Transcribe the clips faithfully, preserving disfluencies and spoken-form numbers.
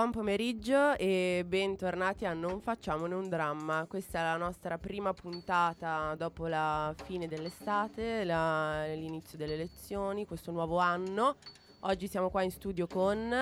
buon pomeriggio e bentornati a Non Facciamone un Dramma. Questa è la nostra prima puntata dopo la fine dell'estate, la, l'inizio delle lezioni, questo nuovo anno. Oggi siamo qua in studio con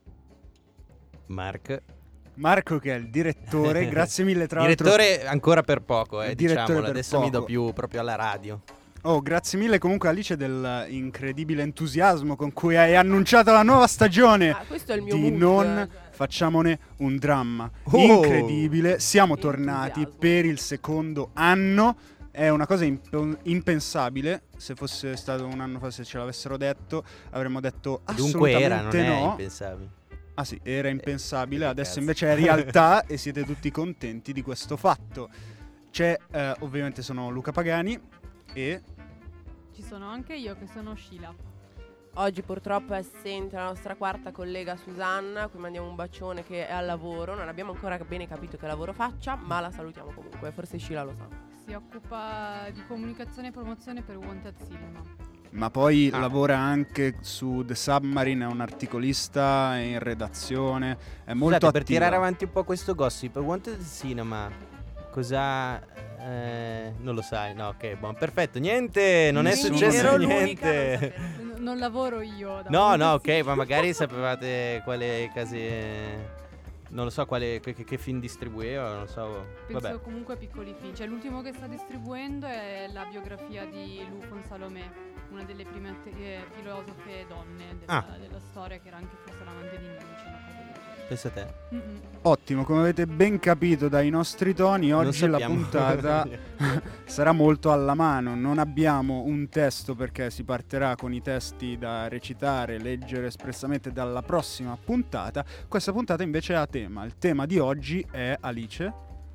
Mark. Marco, che è il direttore, grazie mille tra l'altro. Direttore ancora per poco, eh, diciamolo, per adesso poco. mi do più proprio alla radio. Oh, grazie mille comunque Alice dell'incredibile entusiasmo con cui hai annunciato la nuova stagione ah, questo è il mio di mood. Non Facciamone un Dramma. Oh! Incredibile, siamo tornati Entusiasmo. per il secondo anno. È una cosa imp- impensabile. Se fosse stato un anno fa, se ce l'avessero detto, avremmo detto Dunque assolutamente era, non è no. impensabile. Ah sì, era impensabile, Eh, che adesso cazzo. invece è realtà e siete tutti contenti di questo fatto. C'è, eh, ovviamente sono Luca Pagani e... Ci sono anche io che sono Sheila. Oggi purtroppo è assente la nostra quarta collega Susanna, a cui mandiamo un bacione, che è al lavoro. Non abbiamo ancora bene capito che lavoro faccia, ma la salutiamo comunque, forse Sheila lo sa. Si occupa di comunicazione e promozione per Wanted Cinema. Ma poi Ah. lavora anche su The Submarine, è un articolista, è in redazione, è molto Scusate, per attiva. tirare avanti un po' questo gossip, Wanted Cinema, cosa... Eh, non lo sai, no, ok, buon, perfetto, niente, non è Nessuno successo ero l'unica a non niente. sapere. N- non lavoro io. da No, Wanted no, ok, Cinema. ma magari sapevate quale case... Non lo so, quale, che, che film distribueva, non so, Penso vabbè. comunque a piccoli film. Cioè, l'ultimo che sta distribuendo è la biografia di Lufon Salomé, una delle prime te- eh, filosofe donne della, Ah. della storia, che era anche forse l'amante di Nietzsche, una cosa del genere. Pensa a te. Mm-mm. Ottimo, come avete ben capito dai nostri toni, Non oggi la sappiamo. puntata sarà molto alla mano. Non abbiamo un testo perché si partirà con i testi da recitare, leggere espressamente dalla prossima puntata. Questa puntata invece ha tema. Il tema di oggi è, Alice,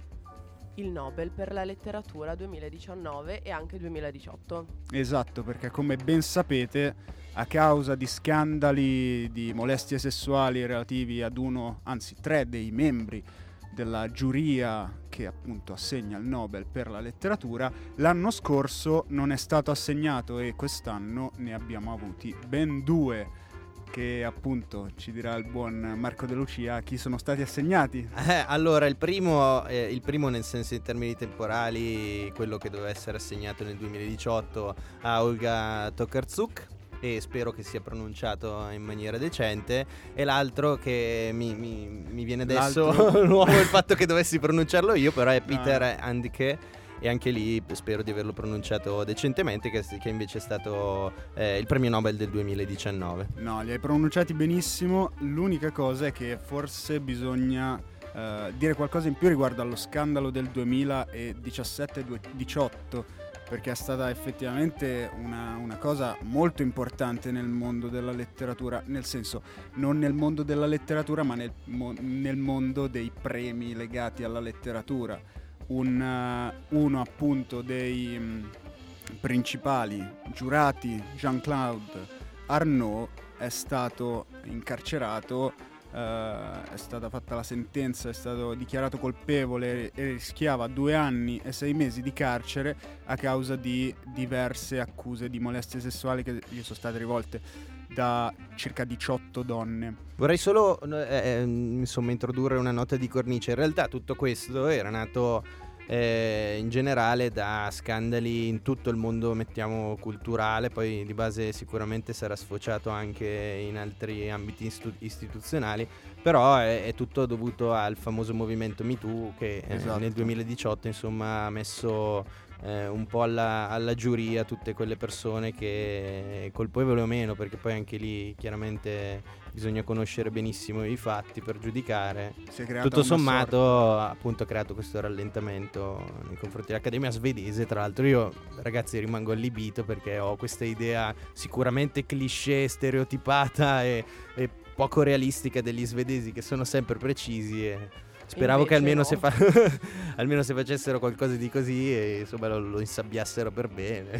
Il Nobel per la letteratura duemiladiciannove e anche duemiladiciotto. esatto, perché come ben sapete, a causa di scandali di molestie sessuali relativi ad uno, anzi tre dei membri della giuria che appunto assegna il Nobel per la letteratura, l'anno scorso non è stato assegnato e quest'anno ne abbiamo avuti ben due, che appunto ci dirà il buon Marco De Lucia chi sono stati assegnati. Eh, allora, il primo, eh, il primo nel senso in termini temporali, quello che doveva essere assegnato nel duemiladiciotto a Olga Tokarczuk, e spero che sia pronunciato in maniera decente, e l'altro che mi, mi, mi viene adesso L'altro? nuovo il fatto che dovessi pronunciarlo io, però è No. Peter Handke, e anche lì spero di averlo pronunciato decentemente, che, che invece è stato eh, il premio Nobel del duemiladiciannove. No, li hai pronunciati benissimo. L'unica cosa è che forse bisogna eh, dire qualcosa in più riguardo allo scandalo del duemiladiciassette diciotto, perché è stata effettivamente una, una cosa molto importante nel mondo della letteratura, nel senso non nel mondo della letteratura ma nel, mo- nel mondo dei premi legati alla letteratura. Un, uh, uno appunto dei mh, principali giurati, Jean-Claude Arnaud, è stato incarcerato, uh, è stata fatta la sentenza, è stato dichiarato colpevole e rischiava due anni e sei mesi di carcere a causa di diverse accuse di molestie sessuali che gli sono state rivolte da circa diciotto donne. Vorrei solo eh, insomma introdurre una nota di cornice. In realtà tutto questo era nato eh, in generale da scandali in tutto il mondo, mettiamo, culturale, poi di base sicuramente sarà sfociato anche in altri ambiti istu- istituzionali, però è, è tutto dovuto al famoso movimento Me Too che eh, Esatto. nel duemiladiciotto insomma ha messo Eh, un po' alla, alla giuria tutte quelle persone che, colpevoli o meno, perché poi anche lì chiaramente bisogna conoscere benissimo i fatti per giudicare. Si è creata Tutto una sommato sorta- appunto ha creato questo rallentamento nei confronti dell'Accademia svedese. Tra l'altro io, ragazzi, rimango allibito perché ho questa idea sicuramente cliché, stereotipata e, e poco realistica degli svedesi, che sono sempre precisi, e speravo Invece che almeno, no. se fa- almeno se facessero qualcosa di così e insomma lo, lo insabbiassero per bene.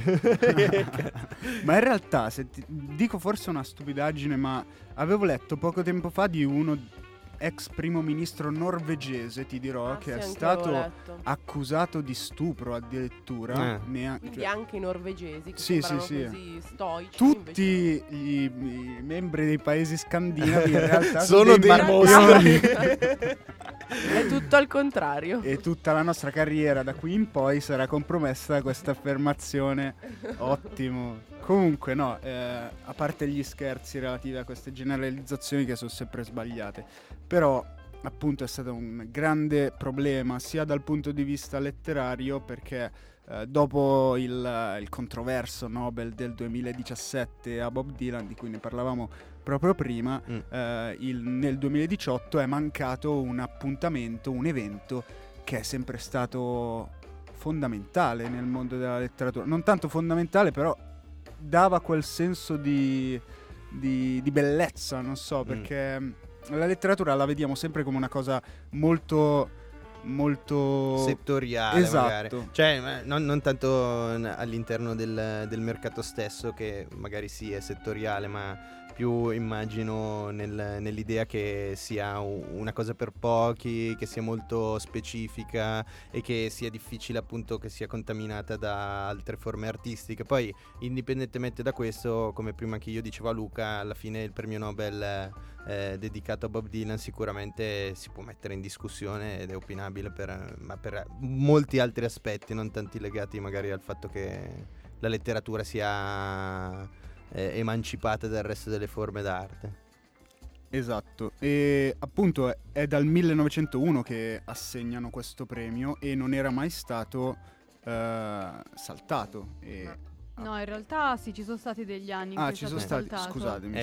Ma in realtà, se ti dico forse una stupidaggine, ma avevo letto poco tempo fa di uno ex primo ministro norvegese, ti dirò, Ah, che sì, è anche stato avevo letto. accusato di stupro addirittura. Eh. Nea- Quindi cioè, anche i norvegesi che Sì, sembrano sì, sì. così stoici. tutti i, i membri dei paesi scandinavi in realtà Sono dei barboni. È tutto al contrario. E tutta la nostra carriera da qui in poi sarà compromessa da questa affermazione. Ottimo. Comunque no, eh, a parte gli scherzi relativi a queste generalizzazioni che sono sempre sbagliate, però appunto è stato un grande problema sia dal punto di vista letterario, perché eh, dopo il, il controverso Nobel del duemiladiciassette a Bob Dylan, di cui ne parlavamo proprio prima, Mm. eh, il- nel duemiladiciotto è mancato un appuntamento, un evento che è sempre stato fondamentale nel mondo della letteratura. Non tanto fondamentale, però dava quel senso di, di- di bellezza, non so, Mm. perché mh, la letteratura la vediamo sempre come una cosa molto, molto settoriale magari. Esatto. Cioè ma non, non tanto n- all'interno del, del mercato stesso, che magari sì è settoriale, ma più immagino nel- nell'idea che sia u- una cosa per pochi, che sia molto specifica e che sia difficile appunto che sia contaminata da altre forme artistiche. Poi indipendentemente da questo, come prima che io dicevo a Luca, alla fine il premio Nobel eh, dedicato a Bob Dylan sicuramente si può mettere in discussione ed è opinabile per, ma per molti altri aspetti, non tanti legati magari al fatto che la letteratura sia eh, emancipata dal resto delle forme d'arte. Esatto, e appunto è, è dal millenovecentouno che assegnano questo premio e non era mai stato eh, saltato. E No, in realtà sì, ci sono stati degli anni in Ah, cui ci è sono stato stati, saltato. scusatemi.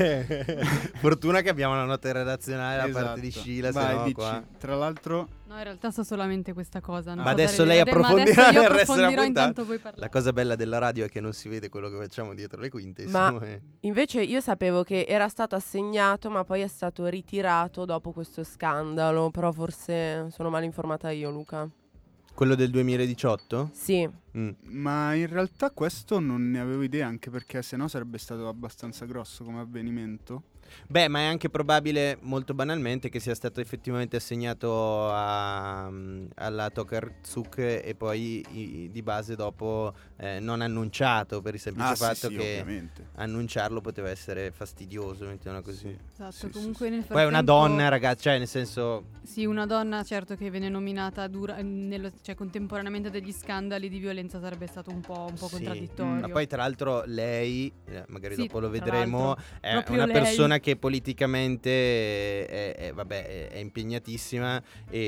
Eh, fortuna che abbiamo la nota redazionale da parte di Esatto. Scila, Vai, se no dici. qua. Tra l'altro, No, in realtà so solamente questa cosa. non Ma so adesso dare lei delle- ma approfondirà adesso io nel resto della approfondirò, puntata. intanto voi parlate. La cosa bella della radio è che non si vede quello che facciamo dietro le quinte. Ma- insomma, eh. Invece io sapevo che era stato assegnato, ma poi è stato ritirato dopo questo scandalo. Però forse sono mal informata io, Luca. Quello del duemiladiciotto? Sì. Mm. ma in realtà questo non ne avevo idea, anche perché sennò sarebbe stato abbastanza grosso come avvenimento. Beh, ma è anche probabile, molto banalmente, che sia stato effettivamente assegnato a, alla Tokarczuk e poi i- di base dopo eh, non annunciato, per il semplice Ah, sì, fatto sì, che ovviamente. annunciarlo poteva essere fastidioso, mettiamola così. Sì. Esatto, Sì, sì, comunque sì. nel Poi è una frattempo- donna, ragazzi, cioè nel senso... Sì, una donna certo che viene nominata dura- nello- cioè, contemporaneamente degli scandali di violenza sarebbe stato un po', un po' Sì. contraddittorio. Ma poi tra l'altro lei, eh, magari Sì, dopo lo tra vedremo, l'altro, è proprio una lei. persona che politicamente è, è- vabbè, è, è impegnatissima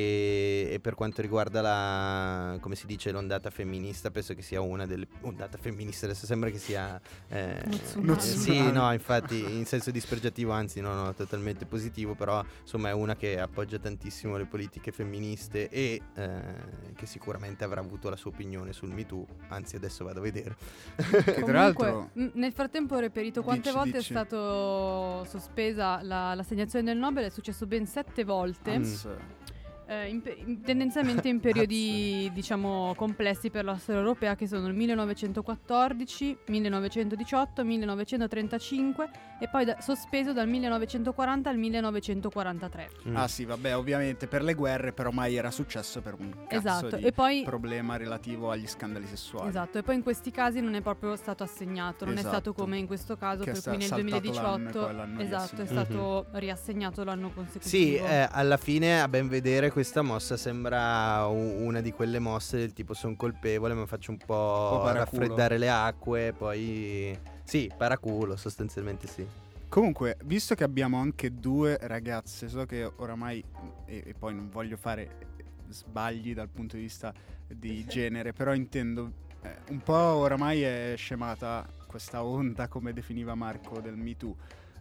e, e per quanto riguarda la, come si dice, l'ondata femminista, penso che sia una delle ondata femministe, adesso sembra che sia eh, Nozunale. eh, sì, no, infatti in senso dispregiativo, anzi no, no, totalmente positivo, però insomma è una che appoggia tantissimo le politiche femministe e eh, che sicuramente avrà avuto la sua opinione sul Me Too, anzi adesso vado a vedere. Che tra Comunque, l'altro m- nel frattempo ho reperito quante Dici, volte dici. è stato sospesa la- l'assegnazione del Nobel. È successo ben sette volte, Mm. Anz, eh, in pe- in- tendenzialmente in periodi diciamo complessi per la storia europea, che sono il millenovecentoquattordici, millenovecentodiciotto, millenovecentotrentacinque e poi da- sospeso dal millenovecentoquaranta al millenovecentoquarantatré. Mm. Ah sì, vabbè, ovviamente per le guerre, però mai era successo per un cazzo Esatto, di e poi problema relativo agli scandali sessuali. Esatto, e poi in questi casi non è proprio stato assegnato, non è Esatto. stato come in questo caso, Che è per sta- cui nel saltato l'anno e duemiladiciotto poi l'anno esatto, è riassegnato. stato riassegnato l'anno Sì, consecutivo. eh, alla fine a ben vedere questa mossa sembra u- una di quelle mosse del tipo sono colpevole ma faccio un po' po' paraculo. raffreddare le acque, poi sì, paraculo sostanzialmente sì. Comunque, visto che abbiamo anche due ragazze, so che oramai, e, e poi non voglio fare sbagli dal punto di vista di genere, però intendo, eh, un po' oramai è scemata questa onda, come definiva Marco, del Me Too.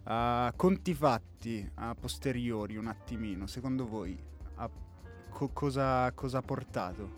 A conti fatti, a posteriori un attimino, secondo voi a co- cosa, cosa ha portato?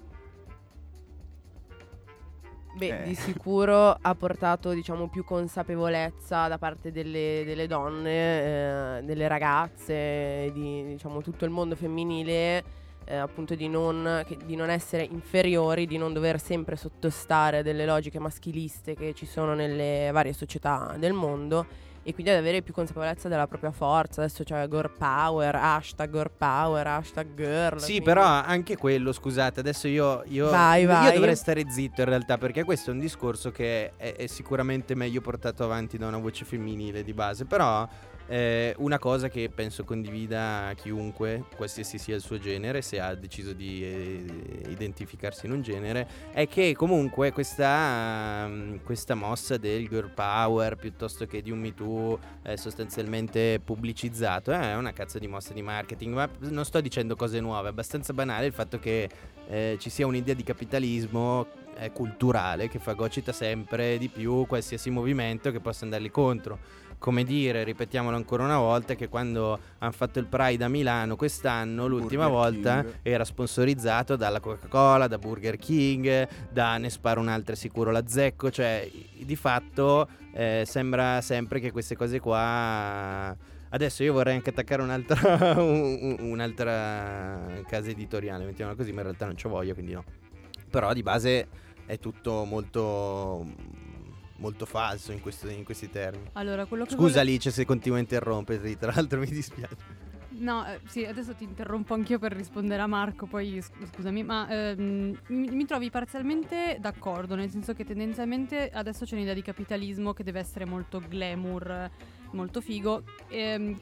Beh, Eh. di sicuro ha portato, diciamo, più consapevolezza da parte delle, delle donne, eh, delle ragazze, di, diciamo, tutto il mondo femminile, eh, appunto di non, che- di non essere inferiori, di non dover sempre sottostare a delle logiche maschiliste che ci sono nelle varie società del mondo e quindi ad avere più consapevolezza della propria forza. Adesso c'è girl power, hashtag girl power, hashtag girl. Sì, quindi... però anche quello, scusate, adesso io, io, Vai, io vai. dovrei stare zitto in realtà, perché questo è un discorso che è, è sicuramente meglio portato avanti da una voce femminile di base, però eh, una cosa che penso condivida chiunque, qualsiasi sia il suo genere, se ha deciso di eh, identificarsi in un genere, è che comunque questa, um, questa mossa del girl power piuttosto che di un Me Too eh, sostanzialmente pubblicizzato è una cazzo di mossa di marketing. Ma non sto dicendo cose nuove, è abbastanza banale il fatto che eh, ci sia un'idea di capitalismo eh, culturale che fagocita sempre di più qualsiasi movimento che possa andargli contro. Come dire, ripetiamolo ancora una volta, che quando hanno fatto il Pride a Milano quest'anno, l'ultima Burger volta King. era sponsorizzato dalla Coca-Cola, da Burger King, da Ne sparo un'altra sicuro la zecco, cioè di fatto eh, sembra sempre che queste cose qua... Adesso io vorrei anche attaccare un'altra, un- un'altra casa editoriale, mettiamola così, ma in realtà non ci voglio, quindi no. Però di base è tutto molto... molto falso in, questo, in questi termini. Allora, quello che Scusa vole- Alice se continuo a interromperti, tra l'altro mi dispiace. No, eh, sì, adesso ti interrompo anch'io per rispondere a Marco, poi sc- scusami, ma ehm, mi, mi trovi parzialmente d'accordo, nel senso che tendenzialmente adesso c'è un'idea di capitalismo che deve essere molto glamour, molto figo, ehm,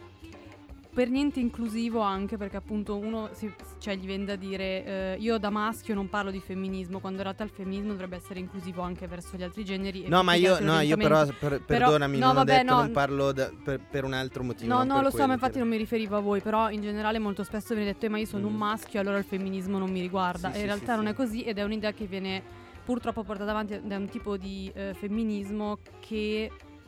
per niente inclusivo, anche perché appunto uno si, cioè, gli viene da dire eh, io da maschio non parlo di femminismo, quando in realtà il femminismo dovrebbe essere inclusivo anche verso gli altri generi. E No, ma tutti gli io, altri no, io però, orientamenti. per- Però- perdonami, no, non vabbè, ho detto, no. non parlo da- per, per un altro motivo. No, non no, per lo so, quello, ma infatti per- non mi riferivo a voi, però in generale molto spesso viene detto eh, ma io sono un Mm. maschio, allora il femminismo non mi riguarda. Sì, e in sì, realtà sì, non sì. è così, ed è un'idea che viene purtroppo portata avanti da un tipo di eh, femminismo che,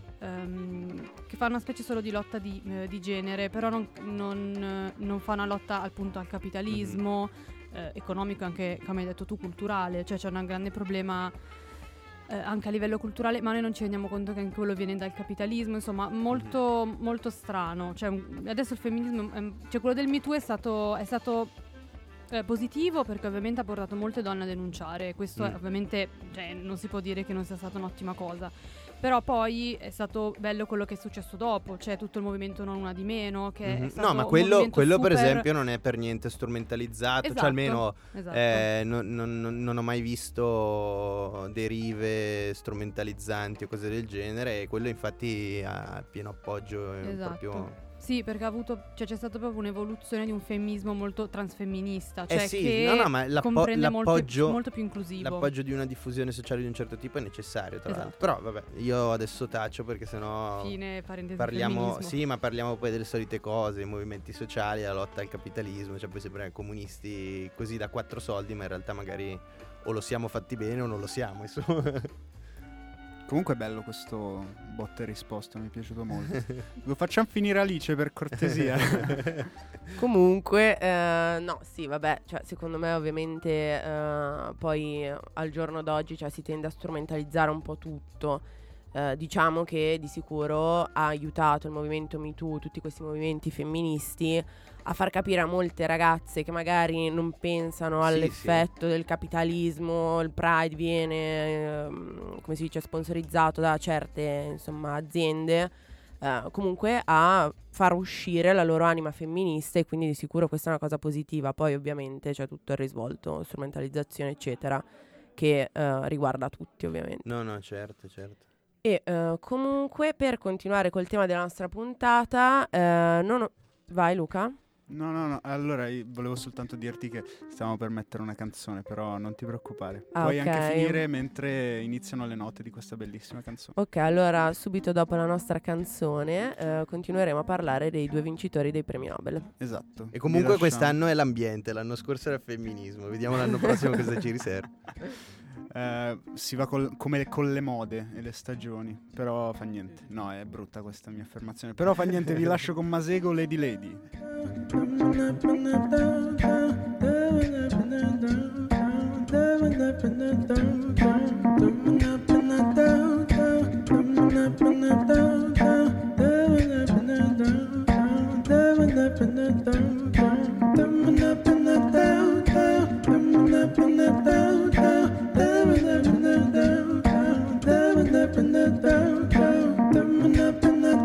ehm, che fa una specie solo di lotta di, eh, di genere, però non, non, non fa una lotta appunto al capitalismo eh, economico e anche, come hai detto tu, culturale. Cioè c'è un grande problema eh, anche a livello culturale, ma noi non ci rendiamo conto che anche quello viene dal capitalismo, insomma molto, molto strano. Cioè, un- adesso il femminismo, ehm, cioè quello del Me Too è stato, è stato eh, positivo, perché ovviamente ha portato molte donne a denunciare. Questo Mm. è, ovviamente, cioè, non si può dire che non sia stata un'ottima cosa. Però poi è stato bello quello che è successo dopo, cioè tutto il movimento Non Una Di Meno, che Mhm. è stato No, ma un quello, movimento quello per super- esempio non è per niente strumentalizzato, Esatto, cioè almeno esatto. eh, non, non- non- non ho mai visto derive strumentalizzanti o cose del genere, e quello infatti ha pieno appoggio. È Esatto. proprio... Sì, perché ha avuto, cioè c'è stata proprio un'evoluzione di un femminismo molto transfemminista, cioè Eh sì, che no, no, ma l'appo- comprende molto, l'appoggio- molto più inclusivo. L'appoggio di una diffusione sociale di un certo tipo è necessario, tra Esatto. l'altro. Però vabbè, io adesso taccio perché sennò Fine parentesi parliamo, femminismo. sì, ma parliamo poi delle solite cose, i movimenti sociali, la lotta al capitalismo, cioè poi sembrano comunisti così da quattro soldi, ma in realtà magari o lo siamo fatti bene o non lo siamo, insomma. Comunque è bello questo botta e risposta, mi è piaciuto molto. Lo facciamo finire Alice per cortesia. Comunque, eh, no, sì, vabbè, cioè, secondo me ovviamente eh, poi eh, al giorno d'oggi, cioè, si tende a strumentalizzare un po' tutto. Eh, diciamo che di sicuro ha aiutato il movimento Me Too, tutti questi movimenti femministi, a far capire a molte ragazze che magari non pensano Sì, all'effetto del capitalismo. Il Pride viene, ehm, come si dice, sponsorizzato da certe, insomma, aziende. Eh, comunque a far uscire la loro anima femminista, e quindi di sicuro questa è una cosa positiva. Poi ovviamente c'è tutto il risvolto, strumentalizzazione eccetera, che eh, riguarda tutti ovviamente. No, no, certo, certo. E eh, comunque, per continuare col tema della nostra puntata, eh, non ho- vai Luca? No, no, no, allora io volevo soltanto dirti che stavamo per mettere una canzone, però non ti preoccupare. Ah, Puoi ok. anche finire mentre iniziano le note di questa bellissima canzone. Ok, allora subito dopo la nostra canzone eh, continueremo a parlare dei due vincitori dei premi Nobel. Esatto. E Vi comunque lasciamo- quest'anno è l'ambiente, l'anno scorso era il femminismo, vediamo l'anno prossimo cosa ci riserva. Eh, si va col- come con le mode e le stagioni, però fa niente. No, è brutta questa mia affermazione. Però fa niente, vi lascio con Masego, Lady Lady. Coming up in the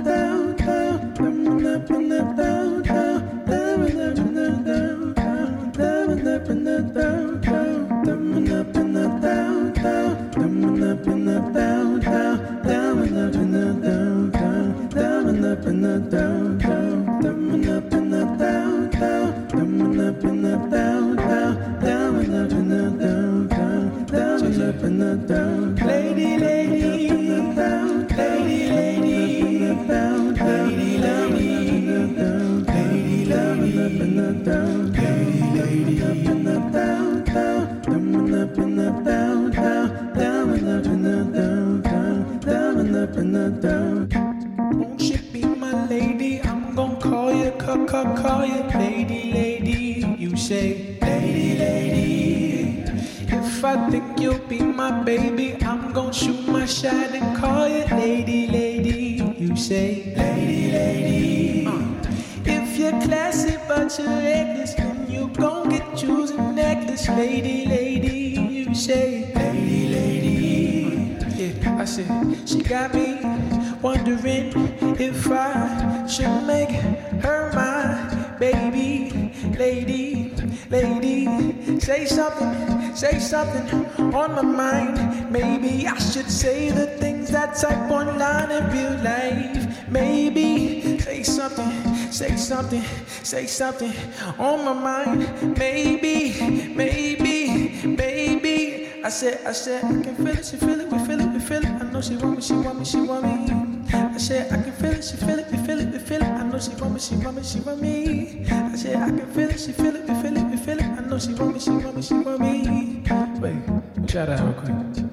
in the down, down, down up in the down, down, down up in the down, down, down up in the down, down, down up in the down, lady, lady, down, lady, lady, down, lady, lady, down, lady, lady up in the down, lady, lady up in the down, down, down up in the down, down, down up in the down, down, down up in the down. Won't you be my lady? I'm gon' call you, call, call, call you, lady, lady. You say, lady, lady. If I think you'll be my baby, I'm gon' shoot my shot and call you, lady, lady. You say, lady, lady. Uh. If you're classy but you're reckless, then you gon' get choosing necklace, lady, lady. You say, lady, lady. Uh. Yeah, I said, she got me wondering if I should make her my baby, lady, lady. Say something, say something on my mind. Maybe I should say the things that type online in real life. Maybe say something, say something, say something on my mind. Maybe, maybe, maybe. I said, I said, I can feel it, she feel it, we feel it, we feel it. I know she want me, she want me, she want me. I said, I can feel it, she feel it, we feel it, we feel it. I know she want me, she want me, she want me. I said, I can feel it, she feel it, we feel it, we feel it. I know she want me, she want me, she want me. Wait, try that real quick.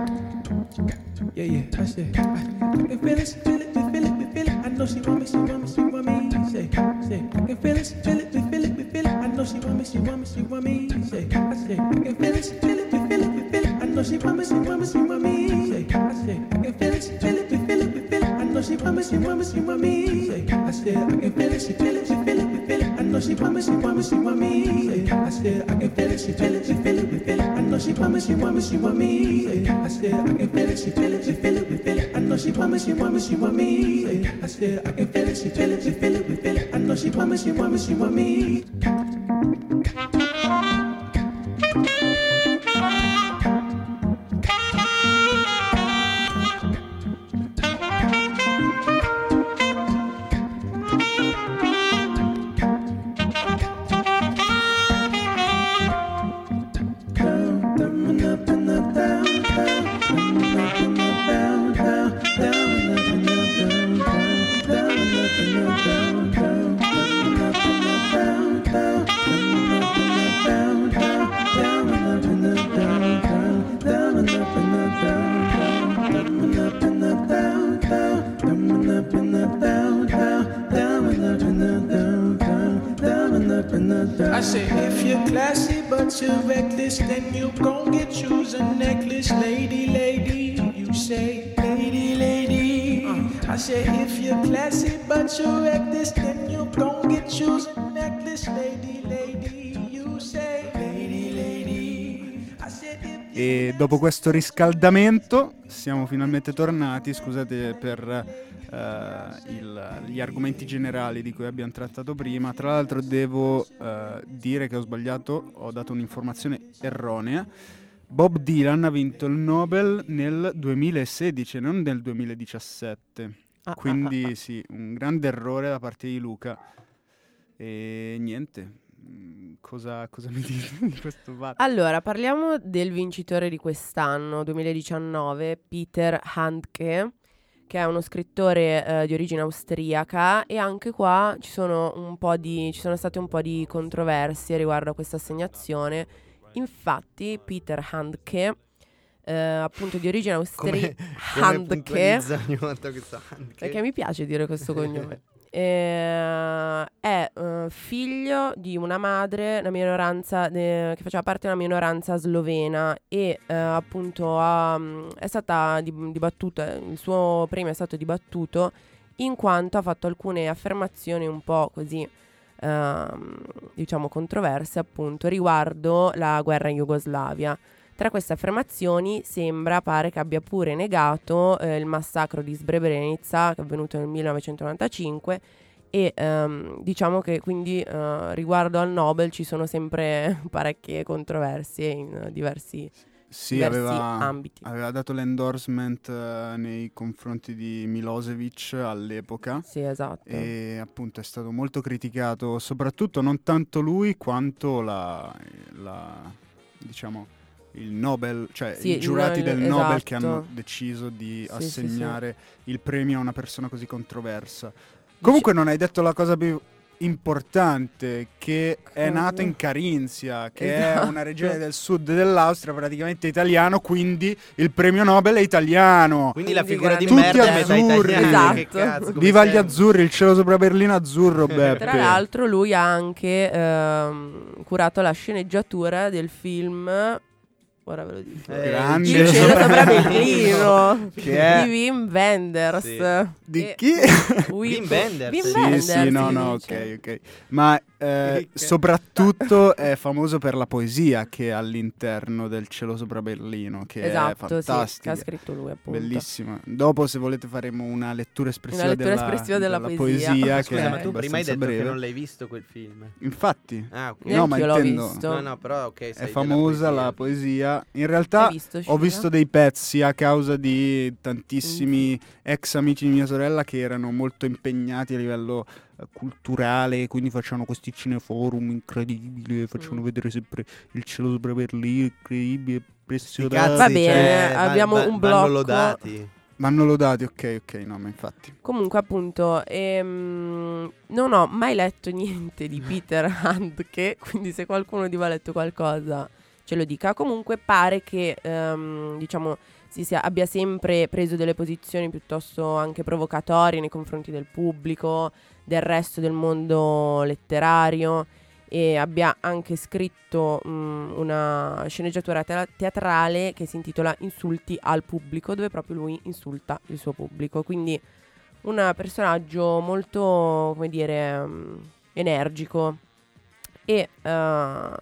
Yeah, yeah, I said, I, I can feel it, she feel it, we feel it, we feel it. I know she want me, she want me, she want me. Say, say, I can feel it, she feel it, we feel it, we feel it. I know she want me, she want me, she want me. Say, I say, I can feel it, she feel it, we feel it, we feel it. I know she want me, she want me, she want me. Say, I say, I can feel it, she feel it, we feel it, we feel it. I know she want me, she want me, she want me. Say, I said, I can feel it, she feel it, she feel it, we feel it. I know she want me, she want me, she want me. Say, I said, I can feel it, she feel it, she feel it, we feel it. I know she want me, she want me, she want me. Say, I said, I can feel it, she feel it, she feel it, we feel it. I know she want me, she want me, she want me. Say, I said, I can feel it, she feel it, she feel it, we feel it. I know she want me, she want me, she want me. I say if you're classy but you're reckless, then you gon' get choose a necklace, lady, lady. You say, lady, lady. Uh, I say if you're classy but you're reckless, then you gon' get choose a necklace, lady, lady. You say, lady, lady. I said if E dopo questo riscaldamento siamo finalmente tornati. Scusate per uh, il, gli argomenti generali di cui abbiamo trattato prima. Tra l'altro devo uh, dire che ho sbagliato, ho dato un'informazione erronea. Bob Dylan ha vinto il Nobel nel duemilasedici, non nel duemiladiciassette. Ah, Quindi ah, ah. sì, un grande errore da parte di Luca. E niente, cosa, cosa mi dite di questo fatto? Allora, parliamo del vincitore di quest'anno, duemiladiciannove, Peter Handke, che è uno scrittore eh, di origine austriaca, e anche qua ci sono un po' di ci sono state un po' di controversie riguardo a questa assegnazione. Infatti Peter Handke, eh, appunto di origine austriaca, Handke, ogni volta questo Handke? perché mi piace dire questo cognome. Eh, è eh, figlio di una madre, una minoranza de- che faceva parte di una minoranza slovena, e eh, appunto ha, è stata dib- dibattuta, il suo premio è stato dibattuto in quanto ha fatto alcune affermazioni un po' così ehm, diciamo controverse, appunto riguardo la guerra in Jugoslavia. Tra queste affermazioni sembra, pare che abbia pure negato eh, il massacro di Srebrenica, che è avvenuto nel millenovecentonovantacinque, e ehm, diciamo che quindi eh, riguardo al Nobel ci sono sempre parecchie controversie in diversi Sì, diversi aveva, ambiti. aveva dato l'endorsement eh, nei confronti di Milosevic all'epoca. Sì, esatto. E appunto è stato molto criticato, soprattutto non tanto lui quanto la, la diciamo il Nobel, cioè Sì, i giurati il- del Nobel che esatto. hanno deciso di Sì, sì, sì. assegnare il premio a una persona così controversa. Comunque non hai detto la cosa più importante, che è Cosa? nato in Carinzia, che Esatto. è una regione del sud dell'Austria, praticamente italiano, quindi il premio Nobel è italiano. Quindi la Quindi figura di tutti merda è metà azzurri. italiana, che Esatto. cazzo, come Viva gli sempre. azzurri, il cielo sopra Berlino azzurro, Beppe. Tra l'altro lui ha anche ehm, curato la sceneggiatura del film, ora ve lo dico, Eh, Grande. Il cielo sopra Berlino Che è? di Wim Wenders. Sì. Di E- chi? Wim Wenders. Wim Sì, Sì, Wenders, sì, no, si no, dice. ok, ok. Ma eh, Che- soprattutto è famoso per la poesia che è all'interno del cielo sopra Berlino, che è Esatto, sì, che fantastica. ha scritto lui appunto. Bellissima. Dopo, se volete, faremo una lettura espressiva, Una lettura della, espressiva della poesia. che Scusa, è ma tu prima hai abbastanza detto breve. che non l'hai visto quel film. Infatti, Ah, ok. No, ma Neanch'io l'ho intendo- visto. No, no, però ok, sai è della famosa poesia. la poesia. In realtà Hai visto, ho Scilla? visto dei pezzi a causa di tantissimi ex amici di mia sorella che erano molto impegnati a livello eh, culturale, quindi facevano questi cineforum incredibili, facevano Mm. vedere sempre il cielo sopra Berlino, incredibile, Sti impressionante. cazzi, Va bene, cioè, va- abbiamo va- un vanno blocco. lodati. Ma hanno lodati, ok, ok, no, ma infatti. Comunque appunto ehm, non ho mai letto niente di Peter Handke, quindi se qualcuno di voi ha letto qualcosa ce lo dica. Comunque pare che ehm, diciamo si sia, abbia sempre preso delle posizioni piuttosto anche provocatorie nei confronti del pubblico, del resto del mondo letterario, e abbia anche scritto mh, una sceneggiatura te- teatrale che si intitola Insulti al pubblico, dove proprio lui insulta il suo pubblico. Quindi un personaggio molto, come dire, mh, energico. E eh, Tra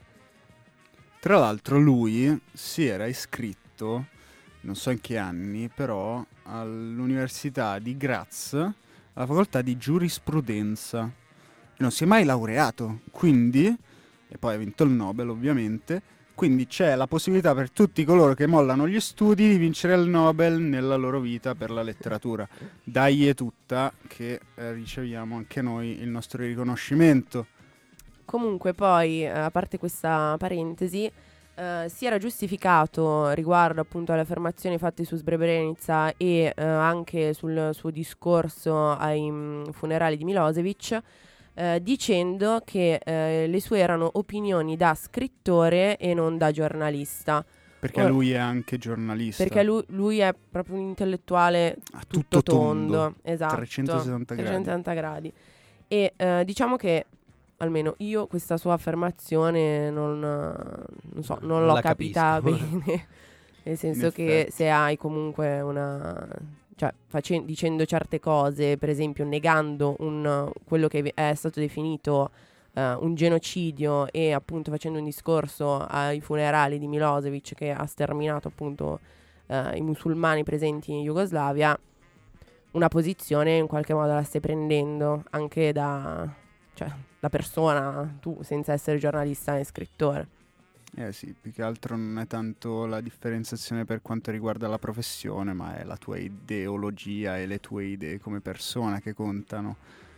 l'altro lui si era iscritto, non so in che anni, però all'Università di Graz, alla facoltà di giurisprudenza. E non si è mai laureato, quindi, e poi ha vinto il Nobel ovviamente, quindi c'è la possibilità per tutti coloro che mollano gli studi di vincere il Nobel nella loro vita per la letteratura. Dai è tutta che eh, riceviamo anche noi il nostro riconoscimento. comunque poi, eh, a parte questa parentesi, eh, si era giustificato riguardo appunto alle affermazioni fatte su Srebrenica e eh, anche sul suo discorso ai mh, funerali di Milosevic, eh, dicendo che eh, le sue erano opinioni da scrittore e non da giornalista. Perché Ora- lui è anche giornalista. Perché lui, lui è proprio un intellettuale A tutto tondo, esatto, trecentosessanta gradi. trecentosessanta gradi. E eh, diciamo che almeno io questa sua affermazione non, eh, non so, non, Non l'ho la capita capisco. bene. Nel senso In che effetti. se hai comunque una, cioè facen- dicendo certe cose, per esempio negando un, quello che vi- è stato definito eh, un genocidio, e appunto facendo un discorso ai funerali di Milosevic che ha sterminato appunto eh, i musulmani presenti in Jugoslavia, una posizione in qualche modo la stai prendendo anche da, cioè, da persona, tu senza essere giornalista e scrittore. Eh sì, più che altro non è tanto la differenziazione per quanto riguarda la professione, ma è la tua ideologia e le tue idee come persona che contano,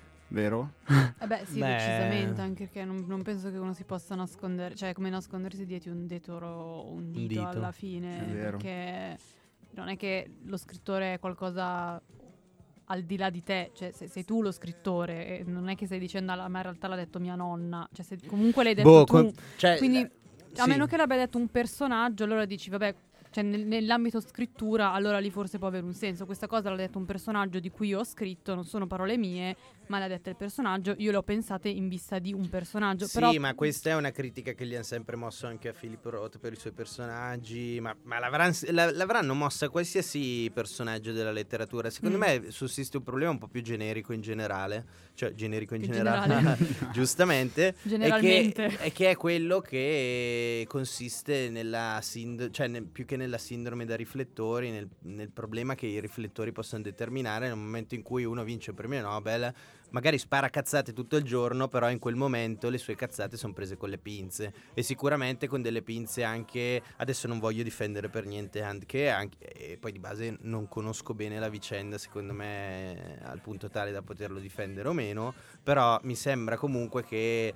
vero? Eh beh, sì, Beh. decisamente, anche perché non, non penso che uno si possa nascondere, cioè come nascondersi dietro un detoro o un dito, dito. alla fine, È vero. perché non è che lo scrittore è qualcosa al di là di te, cioè se sei tu lo scrittore, e non è che stai dicendo "Ah, ma in realtà l'ha detto mia nonna", cioè se comunque l'hai detto Boh, tu, con- cioè, quindi eh, a sì. meno che l'abbia detto un personaggio, allora dici vabbè, cioè nel- nell'ambito scrittura allora lì forse può avere un senso. Questa cosa l'ha detto un personaggio di cui io ho scritto, non sono parole mie, ma l'ha detta il personaggio, io le ho pensate in vista di un personaggio. Sì, però ma questa è una critica che gli hanno sempre mosso anche a Philip Roth per i suoi personaggi, ma, ma l'avranno, la- l'avranno mossa a qualsiasi personaggio della letteratura. Secondo Mm. me sussiste un problema un po' più generico in generale, cioè generico in In generale, generale. giustamente, Generalmente. E che, e che è quello che consiste nella sind- cioè nel- più che nella sindrome da riflettori, nel, nel problema che i riflettori possono determinare nel momento in cui uno vince il premio Nobel. magari spara cazzate tutto il giorno, però in quel momento le sue cazzate sono prese con le pinze, e sicuramente con delle pinze anche, adesso non voglio difendere per niente Handke, anche, e poi di base non conosco bene la vicenda, secondo me al punto tale da poterlo difendere o meno, però mi sembra comunque che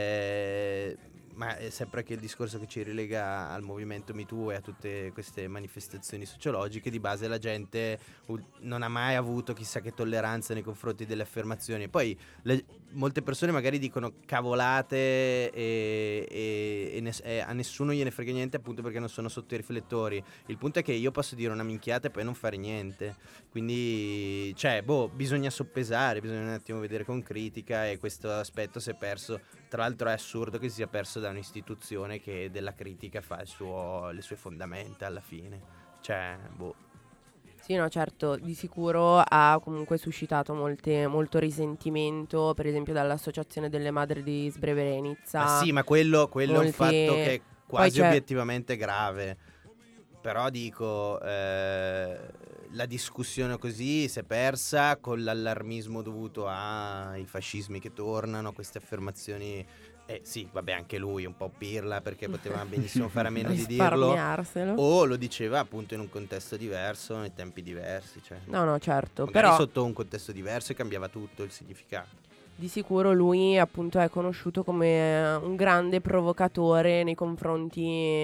eh, ma è sempre anche il discorso che ci rilega al movimento Me Too e a tutte queste manifestazioni sociologiche. Di base la gente uh, non ha mai avuto chissà che tolleranza nei confronti delle affermazioni. Poi le, molte persone magari dicono cavolate e, e, e, ne, e a nessuno gliene frega niente, appunto perché non sono sotto i riflettori. Il punto è che io posso dire una minchiata e poi non fare niente. Quindi, cioè, boh, bisogna soppesare, bisogna un attimo vedere con critica, e questo aspetto si è perso. Tra l'altro è assurdo che si sia perso da un'istituzione che della critica fa il suo, le sue fondamenta alla fine. Cioè, boh. Sì, no, certo, di sicuro ha comunque suscitato molte, molto risentimento, per esempio dall'Associazione delle Madri di Srebrenica. Ah, sì, ma quello, quello molti... è un fatto che è quasi c'è... obiettivamente grave. Però dico, eh, la discussione così si è persa con l'allarmismo dovuto ai fascismi che tornano, queste affermazioni. Eh sì, vabbè, anche lui un po' pirla, perché poteva benissimo fare a meno di dirlo, o lo diceva appunto in un contesto diverso, nei tempi diversi, cioè, no no certo, magari però sotto un contesto diverso e cambiava tutto il significato. Di sicuro lui appunto è conosciuto come un grande provocatore nei confronti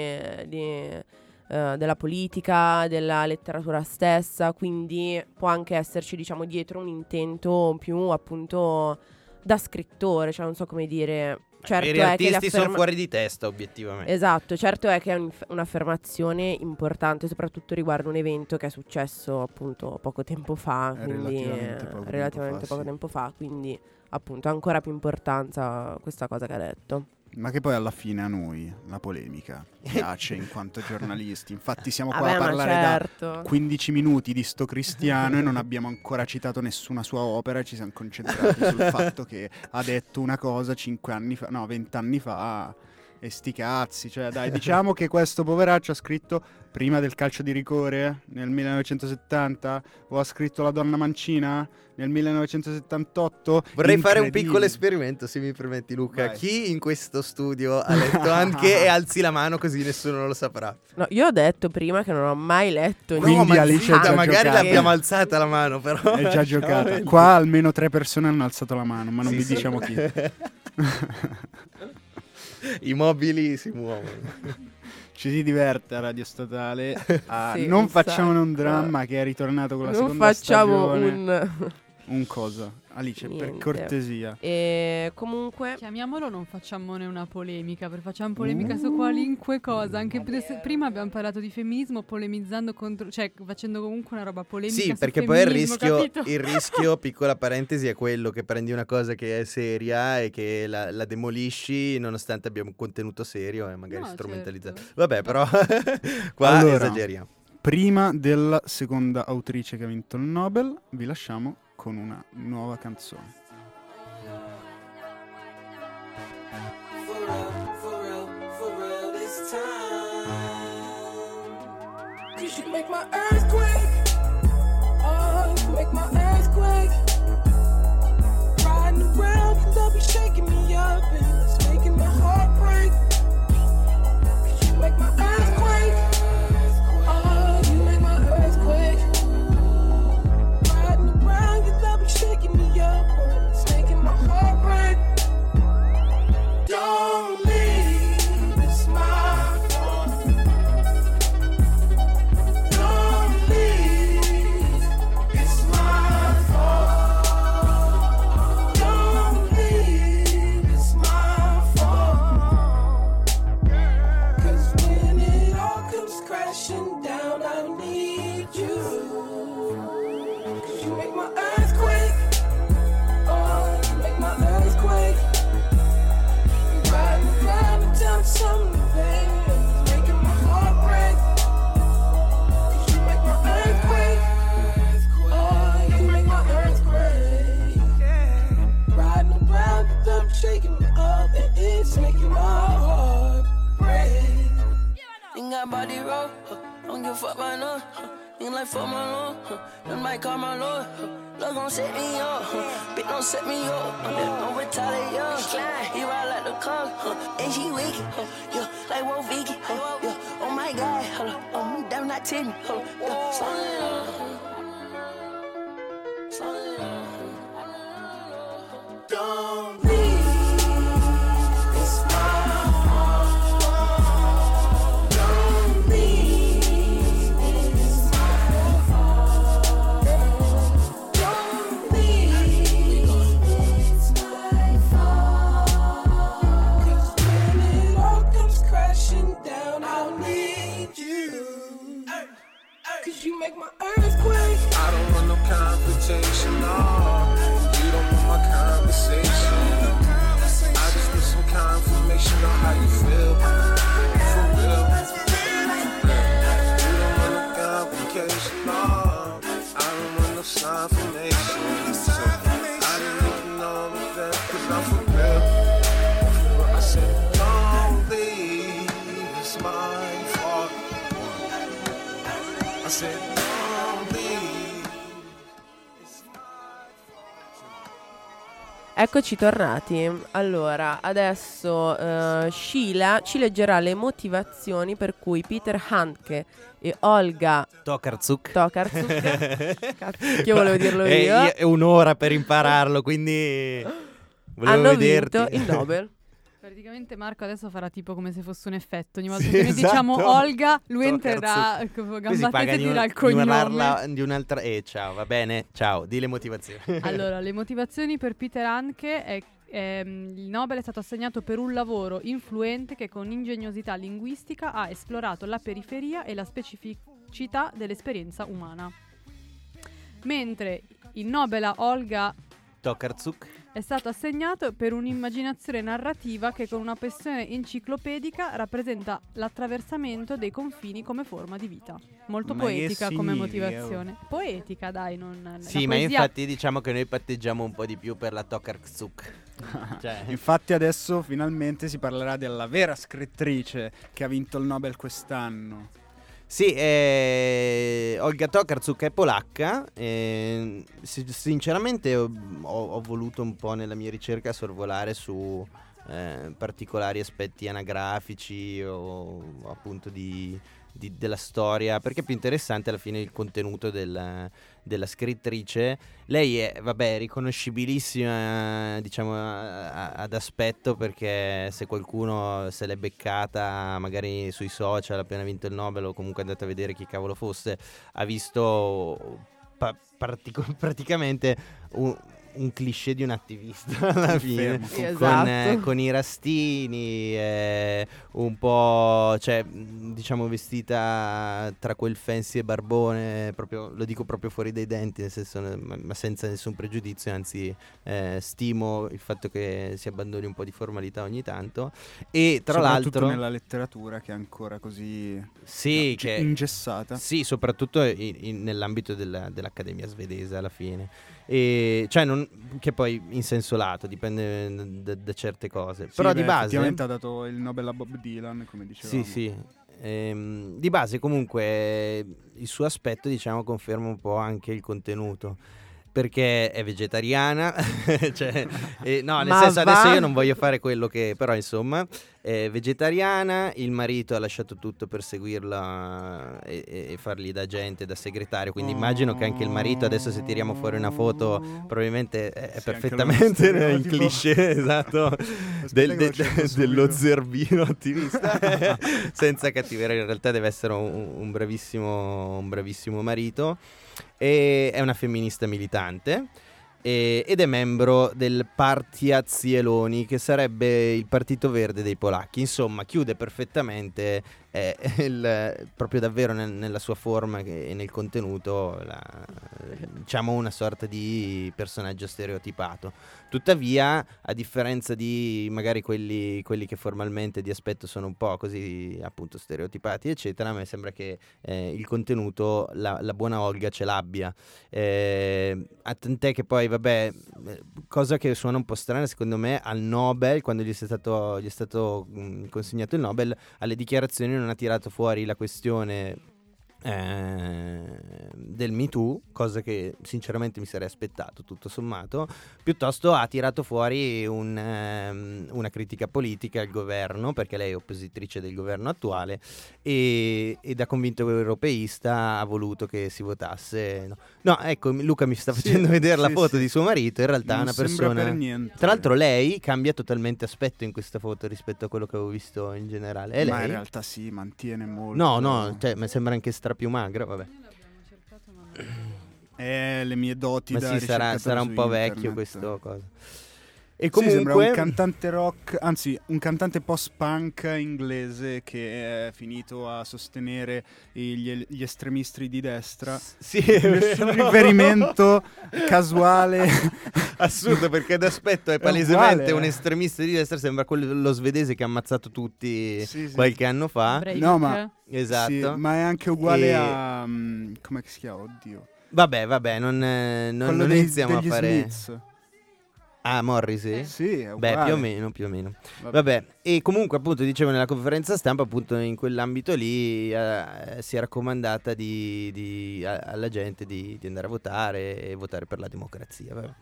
di, uh, della politica, della letteratura stessa, quindi può anche esserci, diciamo, dietro un intento più appunto da scrittore, cioè non so come dire. Certo, I veri è artisti che afferma- sono fuori di testa, obiettivamente. Esatto, certo è che è un, un'affermazione importante, soprattutto riguardo un evento che è successo appunto poco tempo fa, È quindi relativamente poco relativamente tempo fa, poco sì. tempo fa, quindi appunto ha ancora più importanza questa cosa che ha detto. Ma che poi alla fine a noi la polemica piace in quanto giornalisti. Infatti siamo qua Vabbè, a ma parlare certo. da quindici minuti di sto Cristiano e non abbiamo ancora citato nessuna sua opera, e ci siamo concentrati sul fatto che ha detto una cosa cinque anni fa, no, venti anni fa, e sti cazzi. Cioè dai, diciamo che questo poveraccio ha scritto prima del calcio di rigore nel millenovecentosettanta, o ha scritto La donna mancina nel millenovecentosettantotto. Vorrei fare un Incredibile. piccolo esperimento, se mi permetti, Luca. Vai. Chi in questo studio ha letto anche e alzi la mano, così nessuno lo saprà. No, io ho detto prima che non ho mai letto Quindi no, ma Alice zitta, è già magari giocata. l'abbiamo alzata la mano, però È già giocata. Qua almeno tre persone hanno alzato la mano, ma non Sì, vi sì. diciamo chi. I mobili si muovono. Ci si diverte a Radio Statale. a Sì, non un facciamo un sacco. dramma, che è ritornato con la Non seconda facciamo stagione. un Un cosa? Alice, per Niente. cortesia. e comunque Chiamiamolo, non facciamone una polemica, perché facciamo polemica su qualunque cosa. Anche pr- prima abbiamo parlato di femminismo, polemizzando contro, cioè facendo comunque una roba polemica. Sì, sul perché poi il femminismo, rischio, capito? il rischio, piccola parentesi, è quello che prendi una cosa che è seria e che la, la demolisci, nonostante abbia un contenuto serio e magari No, strumentalizzato. certo. Vabbè, però qua Allora. esageriamo. Prima della seconda autrice che ha vinto il Nobel, vi lasciamo con una nuova canzone. For real, for real, for real this time. 'Cause you make my earthquake. Oh, you make my earthquake. Riding around, you love you shaking me up, and it's making my heart break. 'Cause you make my earthquake. Oh, you make my earthquake. Riding around, you love you shaking me up, and it's making my heart break. Don't leave, it's my fault. Don't leave, it's my fault. Don't leave, it's my fault. 'Cause when it all comes crashing down, I need you. 'Cause you make my earthquake. Oh, you make my earthquake. Riding around and down some pain, it's making my heart break. 'Cause you make my earthquake. Oh, you make my earthquake. Riding around and down, shaking me up, and it's making my heart break. Ain't got body roll, huh? Don't give a fuck by no. Huh? Ain't like fuck my lord, huh? That might call my lord, huh? Love gon' set me up, huh? Bitch don't set me up, huh? Don't retaliate, yo. Slide, he ride like the car, huh? And she wicked, huh? Yeah, like Wolf Vicky, huh? Yeah, oh my God, hold up, oh my damn not tell me, hold up, yeah. Slow it down, slow it down. Don't leave. You make my earthquake. I don't want no confrontation, no. You don't want my conversation. I just need some confirmation on how you feel. For real. You don't want no complication, no. I don't want no confirmation. So I didn't even know that, cause I'm for real. I said, don't leave, it's my fault. I said, don't leave. Eccoci tornati. Allora, adesso uh, Sheila ci leggerà le motivazioni per cui Peter Handke e Olga Tokarczuk. Tokarczuk Cazzo, che io volevo dirlo Eh, io. È un'ora per impararlo, quindi volevo Hanno vederti. vinto il Nobel. Praticamente Marco adesso farà tipo come se fosse un effetto. Ogni volta Sì, che noi esatto. diciamo Olga, lui entrerà Tokarczuk. come Qui si paga gamba e di, dirà un- il di cognome. urlarla di un'altra. Eh, ciao, va bene. Ciao, di le motivazioni. Allora, le motivazioni per Peter Handke è ehm, il Nobel è stato assegnato per un lavoro influente che con ingegnosità linguistica ha esplorato la periferia e la specificità dell'esperienza umana. Mentre il Nobel a Olga Tokarczuk. è stato assegnato per un'immaginazione narrativa che con una passione enciclopedica rappresenta l'attraversamento dei confini come forma di vita. Molto Ma che poetica come significa? motivazione. Poetica, dai, non la Sì, ma poesia- infatti diciamo che noi patteggiamo un po' di più per la Tokarczuk. Cioè, Infatti adesso finalmente si parlerà della vera scrittrice che ha vinto il Nobel quest'anno. sì, eh, Olga Tokarczuk è polacca. E, si- sinceramente ho, ho- ho voluto un po' nella mia ricerca sorvolare su eh, particolari aspetti anagrafici o appunto di, di- della storia, perché è più interessante alla fine il contenuto del- della scrittrice. Lei è, vabbè, riconoscibilissima, diciamo, a- a- ad aspetto, perché se qualcuno se l'è beccata magari sui social appena vinto il Nobel o comunque è andato a vedere chi cavolo fosse, ha visto pa- partico- praticamente un, un cliché di un attivista alla fine. Confermo. Sì, Con, esatto. eh, con i rastini, eh, un po', cioè, mh, diciamo, vestita tra quel fancy e barbone, proprio, lo dico proprio fuori dai denti, nel senso, eh, ma, ma senza nessun pregiudizio, anzi, eh, stimo il fatto che si abbandoni un po' di formalità ogni tanto. E tra Soprattutto l'altro, nella letteratura che è ancora così sì, cioè, che, ingessata. sì, soprattutto in- in- nell'ambito della- dell'Accademia svedese alla fine. E, cioè non, che poi in senso lato, dipende da, da certe cose. Sì, Però beh, di base... effettivamente ha dato il Nobel a Bob Dylan, come dicevamo. Sì, sì. Ehm, di base comunque il suo aspetto, diciamo, conferma un po' anche il contenuto, perché è vegetariana. Cioè, eh, no, nel Ma senso, va? adesso io non voglio fare quello che, però insomma, è vegetariana. Il marito ha lasciato tutto per seguirla e, e- e fargli da agente, da segretario, quindi immagino che anche il marito, adesso se tiriamo fuori una foto, probabilmente è, è Sì, anche perfettamente lui è in stereotipo. cliché, esatto, Aspetta del- che de- lo cerco de- subito. dello zerbino attivista. Senza cattiveria, in realtà deve essere un, un bravissimo, un bravissimo marito. E è una femminista militante. e- ed è membro del Partia Zieloni, che sarebbe il partito verde dei polacchi. Insomma, chiude perfettamente, eh, il- proprio davvero nel- nella sua forma che- e nel contenuto, la- diciamo una sorta di personaggio stereotipato. Tuttavia, a differenza di magari quelli, quelli che formalmente di aspetto sono un po' così appunto stereotipati eccetera, a me sembra che eh, il contenuto la, la buona Olga ce l'abbia. Eh, a tant'è che poi vabbè, eh, cosa che suona un po' strana secondo me, al Nobel, quando gli è stato, gli è stato mh, consegnato il Nobel, alle dichiarazioni non ha tirato fuori la questione eh, del Me Too, cosa che sinceramente mi sarei aspettato tutto sommato. Piuttosto ha tirato fuori un, ehm, una critica politica al governo, perché lei è oppositrice del governo attuale, e, e da convinto europeista ha voluto che si votasse. No, no ecco, Luca mi sta Sì, facendo vedere la sì, foto sì. di suo marito, in realtà è Non una sembra persona... per niente. Tra l'altro lei cambia totalmente aspetto in questa foto rispetto a quello che avevo visto in generale. È Ma lei? in realtà sì, mantiene molto. No, no, cioè, mi sembra anche stra più magra, vabbè. Eh, le mie doti Ma da sì, sarà, ricercatore sarà un su po' internet. vecchio questo cosa. E Sì, sembra comunque... un cantante rock, anzi un cantante post-punk inglese che è finito a sostenere gli, gli estremisti di destra. Sì, è Nessun vero. riferimento casuale. Assurdo, perché d'aspetto è È palesemente uguale. un estremista di destra, sembra quello lo svedese che ha ammazzato tutti Sì, sì. qualche anno fa. Breivik. No, ma- Esatto. Sì, ma è anche uguale E- a... mm, come si chiama? Oddio. Vabbè, vabbè, non, eh, non, Quello non dei- iniziamo degli a fare... Smiths. Ah, Morrissey? Sì, è uguale. Beh, più o meno, più o meno. Vabbè. Vabbè, e comunque appunto dicevo nella conferenza stampa, appunto in quell'ambito lì eh, si è raccomandata di, di- a- alla gente di, di andare a votare e votare per la democrazia. Vabbè.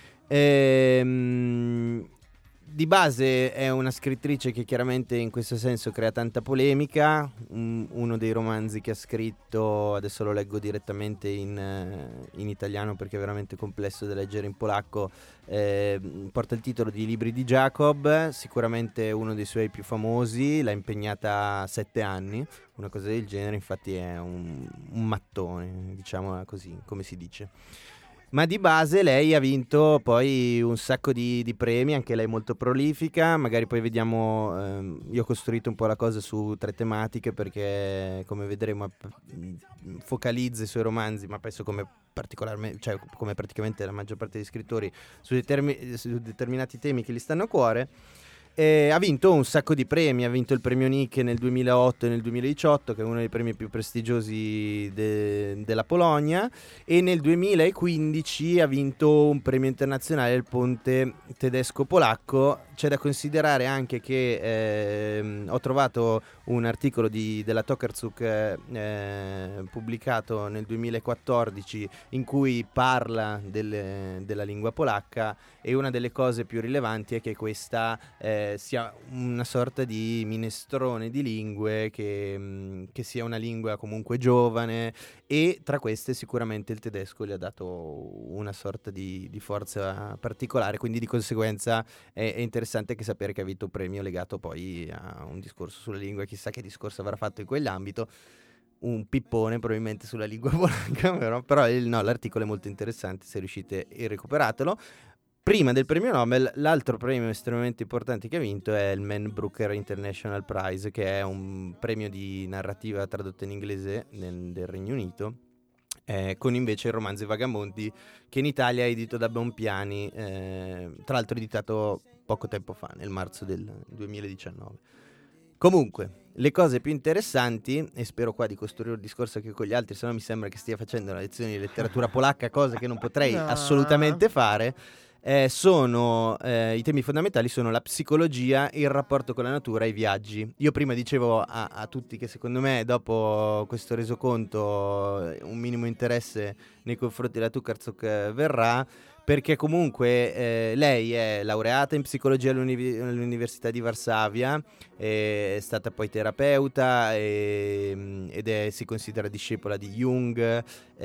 Ehm, di base è una scrittrice che chiaramente in questo senso crea tanta polemica. Un- uno dei romanzi che ha scritto, adesso lo leggo direttamente in, eh, in italiano perché è veramente complesso da leggere in polacco, eh, porta il titolo di Libri di Jacob, sicuramente uno dei suoi più famosi, l'ha impegnata sette anni, una cosa del genere, infatti è un, un mattone, diciamo così, come si dice. Ma di base lei ha vinto poi un sacco di, di premi, anche lei molto prolifica, magari poi vediamo, ehm, io ho costruito un po' la cosa su tre tematiche perché come vedremo ap- focalizza i suoi romanzi, ma penso come particolarmente, cioè come praticamente la maggior parte degli scrittori, su, determi- su determinati temi che gli stanno a cuore. E ha vinto un sacco di premi, ha vinto il premio Nike nel duemilaotto e nel duemiladiciotto, che è uno dei premi più prestigiosi de- della Polonia, e nel duemilaquindici ha vinto un premio internazionale del ponte tedesco-polacco. C'è da considerare anche che ehm, ho trovato un articolo di, della Tokarczuk eh, eh, pubblicato nel duemilaquattordici in cui parla delle- della lingua polacca, e una delle cose più rilevanti è che questa eh, sia una sorta di minestrone di lingue, che, mh, che sia una lingua comunque giovane, e tra queste sicuramente il tedesco gli ha dato una sorta di, di forza particolare, quindi di conseguenza è, è interessante che sapere che ha vinto un premio legato poi a un discorso sulla lingua, chissà che discorso avrà fatto in quell'ambito. Un pippone probabilmente sulla lingua polacca, però, però il- no, l'articolo è molto interessante, se riuscite e recuperatelo. Prima del premio Nobel, l'altro premio estremamente importante che ha vinto è il Man Booker International Prize, che è un premio di narrativa tradotto in inglese nel, del Regno Unito, eh, con invece il romanzo I Vagabondi, che in Italia è edito da Bonpiani, eh, tra l'altro editato poco tempo fa, nel marzo del duemiladiciannove. Comunque, le cose più interessanti, e spero qua di costruire un discorso anche con gli altri, se no mi sembra che stia facendo una lezione di letteratura polacca, cosa che non potrei No. assolutamente fare. Eh, sono eh, i temi fondamentali sono la psicologia, il rapporto con la natura e i viaggi. Io prima dicevo a, a tutti che secondo me dopo questo resoconto eh, un minimo interesse nei confronti della Tokarczuk eh, verrà, perché comunque eh, lei è laureata in psicologia all'univ- all'Università di Varsavia, è stata poi terapeuta e, mh, ed è, si considera discepola di Jung.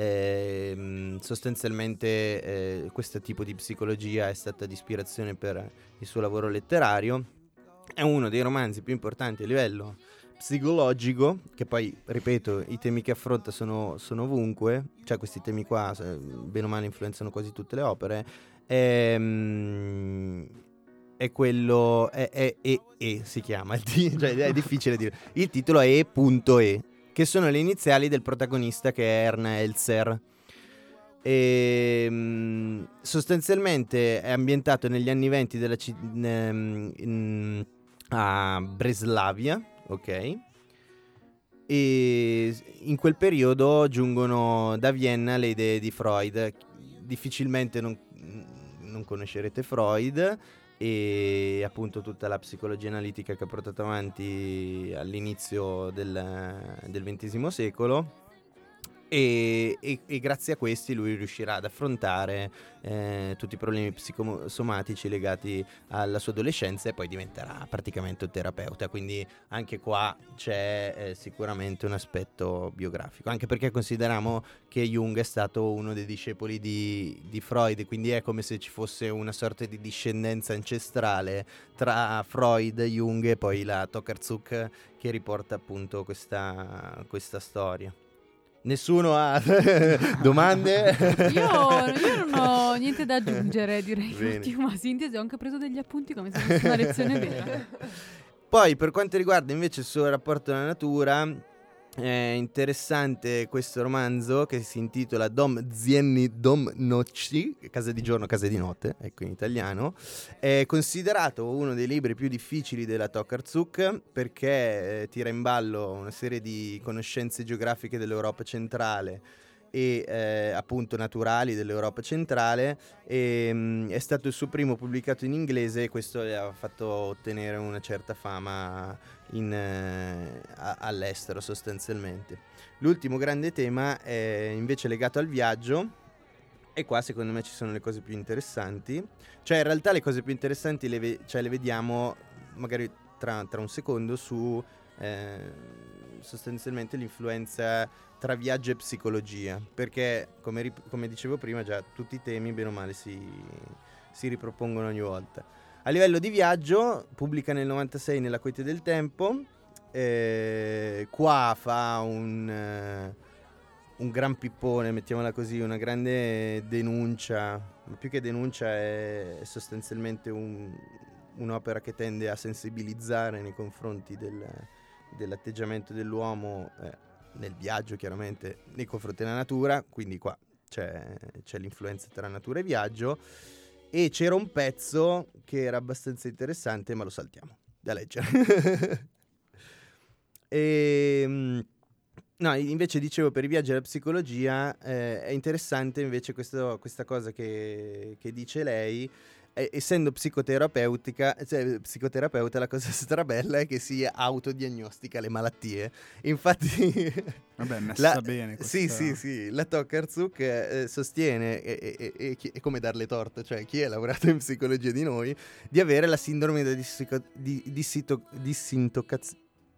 E, mh, sostanzialmente eh, questo tipo di psicologia è stata di ispirazione per il suo lavoro letterario. È uno dei romanzi più importanti a livello psicologico, che poi, ripeto, i temi che affronta sono, sono ovunque, cioè questi temi qua, se- bene o male, influenzano quasi tutte le opere. Ehm, È quello, è, è, è, è, si chiama, il ti- cioè è difficile dire, il titolo è E.E, che sono le iniziali del protagonista, che è Erna Elzer. E, mh, sostanzialmente è ambientato negli anni venti della ci- ehm, in- a Breslavia, ok? E in quel periodo giungono da Vienna le idee di Freud. Difficilmente non, non conoscerete Freud, e appunto tutta la psicologia analitica che ha portato avanti all'inizio del, del ventesimo secolo. E, e, e grazie a questi lui riuscirà ad affrontare eh, tutti i problemi psicosomatici legati alla sua adolescenza e poi diventerà praticamente un terapeuta. Quindi anche qua c'è eh, sicuramente un aspetto biografico, anche perché consideriamo che Jung è stato uno dei discepoli di, di Freud, quindi è come se ci fosse una sorta di discendenza ancestrale tra Freud, Jung e poi la Tokarczuk che riporta appunto questa, questa storia. Nessuno ha domande? Io, io non ho niente da aggiungere, direi. Bene. L'ultima sintesi, ho anche preso degli appunti come se fosse una lezione vera. Poi per quanto riguarda invece il suo rapporto alla natura, è interessante questo romanzo che si intitola Dom Dzienny Dom Noci, casa di giorno, casa di notte, ecco in italiano. È considerato uno dei libri più difficili della Tokarczuk perché eh, tira in ballo una serie di conoscenze geografiche dell'Europa centrale e eh, appunto naturali dell'Europa centrale e mh, è stato il suo primo pubblicato in inglese e questo le ha fatto ottenere una certa fama in, eh, a- all'estero sostanzialmente. L'ultimo grande tema è invece legato al viaggio e qua secondo me ci sono le cose più interessanti, cioè in realtà le cose più interessanti le, ve- cioè, le vediamo magari tra, tra un secondo su eh, sostanzialmente l'influenza tra viaggio e psicologia, perché come, rip- come dicevo prima già tutti i temi bene o male si, si ripropongono ogni volta. A livello di viaggio pubblica nel novantasei nella Quiete del Tempo, eh, qua fa un, eh, un gran pippone, mettiamola così, una grande denuncia, ma più che denuncia è, è sostanzialmente un, un'opera che tende a sensibilizzare nei confronti del, dell'atteggiamento dell'uomo eh, nel viaggio, chiaramente nei confronti della natura, quindi qua c'è, c'è l'influenza tra natura e viaggio. E c'era un pezzo che era abbastanza interessante, ma lo saltiamo da leggere. e, no, invece dicevo per i viaggi alla psicologia eh, è interessante invece questo, questa cosa che, che dice lei. Eh, essendo psicoterapeutica, cioè psicoterapeuta, la cosa strabella è che si autodiagnostica le malattie. Infatti Vabbè, messa la, bene questa... sì sì sì la Tokarczuk eh, sostiene e, e, e, e come darle torto, cioè chi è lavorato in psicologia di noi, di avere la sindrome da dissico, di, dissito, disintocazione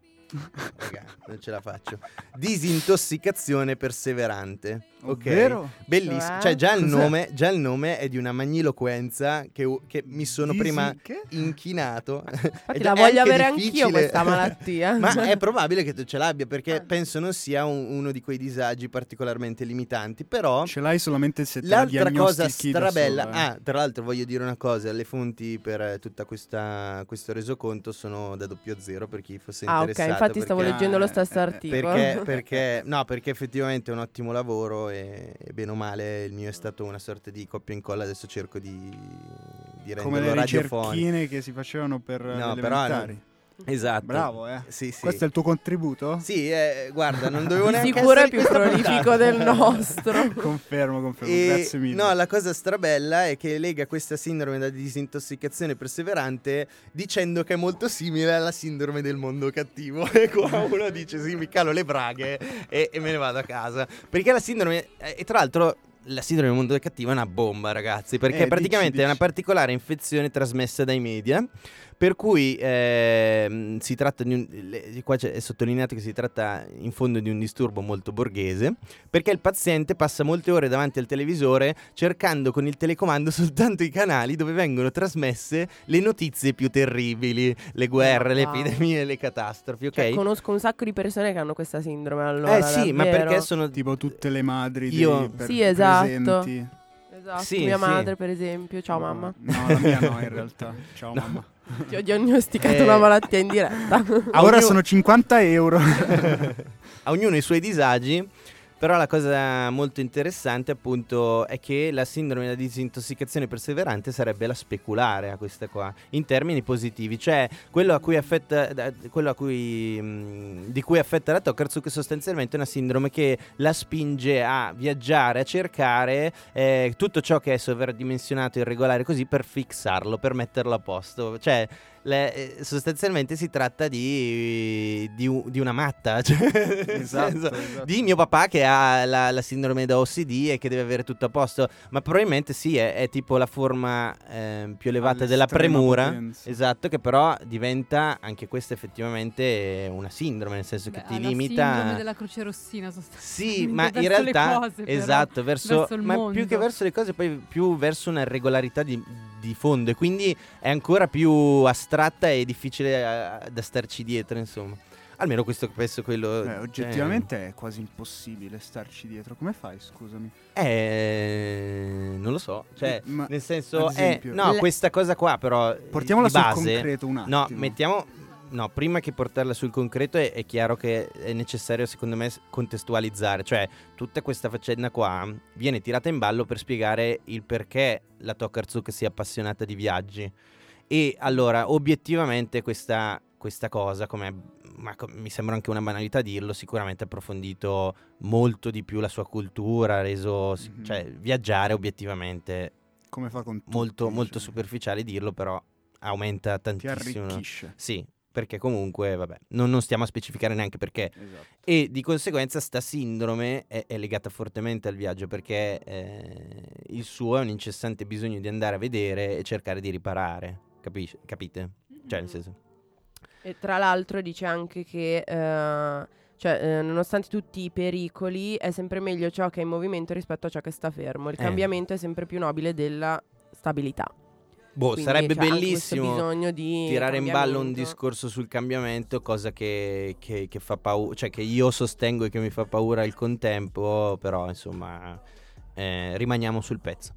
Raga, non ce la faccio. Disintossicazione perseverante. Ok, Ovvero? bellissimo. Cioè? Cioè, già il, Cos'è? nome, già il nome è di una magniloquenza che, che mi sono Disi- prima che? inchinato. Infatti Ed la è voglio anche avere difficile. anch'io questa malattia. Ma è probabile che tu ce l'abbia, perché Ah. penso non sia un- uno di quei disagi particolarmente limitanti. Però Ce l'hai solamente se te la l'altra cosa diagnostichi da strabella, sola, eh. ah, tra l'altro voglio dire una cosa, le fonti per eh, tutta questa questo resoconto sono da doppio zero per chi fosse Ah, ok, interessato. infatti stavo perché- leggendo lo eh, stesso eh, articolo. perché, perché no, perché effettivamente è un ottimo lavoro e, e bene o male il mio è stato una sorta di copia e incolla, adesso cerco di, di Come renderlo le radiofonico. ricerchine che si facevano per No, le però elementari. Esatto. Bravo, eh. Sì, sì. Questo è il tuo contributo? Sì, eh, guarda, non dovevo Di neanche sicuro essere è più in questa prolifico puntata. del nostro. Confermo, confermo. E, Grazie mille. no, la cosa strabella è che lega questa sindrome da disintossicazione perseverante dicendo che è molto simile alla sindrome del mondo cattivo. E qua uno dice sì, mi calo le braghe e, e me ne vado a casa. Perché la sindrome, eh, e tra l'altro la sindrome del mondo cattivo è una bomba, ragazzi, perché Eh, praticamente dici, è una dici. particolare infezione trasmessa dai media. Per cui ehm, si tratta di un, le- qua c'è- è sottolineato che si tratta in fondo di un disturbo molto borghese, perché il paziente passa molte ore davanti al televisore cercando con il telecomando soltanto i canali dove vengono trasmesse le notizie più terribili, le guerre, le Wow. epidemie, le catastrofi, ok? Cioè, conosco un sacco di persone che hanno questa sindrome. Allora, eh sì, ma davvero. perché sono Tipo tutte le madri Io- dei per- Sì, esatto. presenti. Esatto, Sì, mia sì. madre per esempio. Ciao No, mamma. No, la mia no, in realtà. Ciao No. mamma. Ti ho diagnosticato Eh. una malattia in diretta. A Ora ognuno- sono cinquanta euro. a ognuno i suoi disagi. Però la cosa molto interessante appunto è che la sindrome da disintossicazione perseverante sarebbe la speculare a questa qua, in termini positivi, cioè quello a cui affetta, da- quello a cui, mh, di cui affetta la Tokarczuk è sostanzialmente una sindrome che la spinge a viaggiare, a cercare eh, tutto ciò che è sovradimensionato e irregolare così per fissarlo, per metterlo a posto, cioè le- eh, sostanzialmente si tratta di, di, u- di una matta, cioè, nel Esatto, senso, esatto. di mio papà che ha la, la sindrome da O C D e che deve avere tutto a posto, ma probabilmente sì, è, è tipo la forma eh, più elevata della All'estrema premura, potenza. esatto, che però diventa anche questa effettivamente una sindrome, nel senso Beh, che ti ha la limita. sindrome della croce rossina sostanzialmente. Sì, ma in verso le realtà cose, però, esatto, verso, verso il ma mondo. più che verso le cose, poi più verso una regolarità di, di fondo, e quindi è ancora più astratta e difficile eh, da starci dietro, insomma. Almeno questo penso quello. Eh, oggettivamente è quasi impossibile starci dietro. Come fai, scusami? Eh, non lo so, cioè, Ma, nel senso, ad eh, esempio- no, Le- questa cosa qua però Portiamola di sul base, concreto un attimo. no, mettiamo, no, prima che portarla sul concreto è, è chiaro che è necessario, secondo me, s- contestualizzare, cioè tutta questa faccenda qua viene tirata in ballo per spiegare il perché la Tokarczuk sia appassionata di viaggi. E allora, obiettivamente questa, questa cosa, come ma co- mi sembra anche una banalità dirlo, sicuramente ha approfondito molto di più la sua cultura, ha reso, si- Mhm. cioè viaggiare obiettivamente Come fa con tutti, molto, molto diciamo. superficiale dirlo, però aumenta Ti tantissimo. arricchisce. Sì, perché comunque, vabbè, non, non stiamo a specificare neanche perché. Esatto. E di conseguenza sta sindrome è, è legata fortemente al viaggio, perché eh, il suo è un incessante bisogno di andare a vedere e cercare di riparare, capisci? Capite? Cioè, nel senso... E tra l'altro dice anche che eh, cioè, eh, nonostante tutti i pericoli è sempre meglio ciò che è in movimento rispetto a ciò che sta fermo. Il Eh. cambiamento è sempre più nobile della stabilità. Boh, Quindi sarebbe c'è anche questo bellissimo bisogno di tirare in ballo un cambiamento. discorso sul cambiamento, cosa che, che, che fa paura, cioè che io sostengo e che mi fa paura al contempo, però insomma eh, rimaniamo sul pezzo.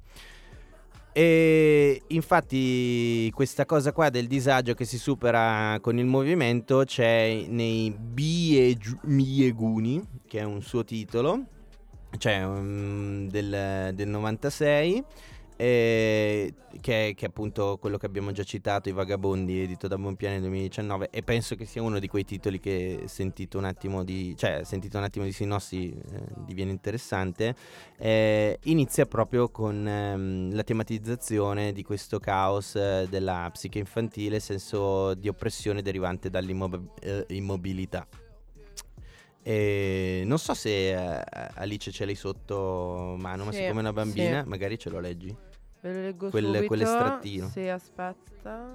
E infatti questa cosa qua del disagio che si supera con il movimento c'è nei Biegu- Mieguni, che è un suo titolo, cioè um, del, del novantasei, eh, che, che è appunto quello che abbiamo già citato, I Vagabondi, edito da Bonpiane nel duemiladiciannove, e penso che sia uno di quei titoli che sentito un attimo di, cioè sentito un attimo di sinossi eh, diviene interessante. Eh, inizia proprio con ehm, la tematizzazione di questo caos eh, della psiche infantile, senso di oppressione derivante dall'immobilità. E non so se eh, Alice ce l'hai sotto mano, ma Sì, siccome è una bambina sì. magari ce lo leggi. Ve lo leggo Quel- subito. quell'estrattino. Sì, aspetta.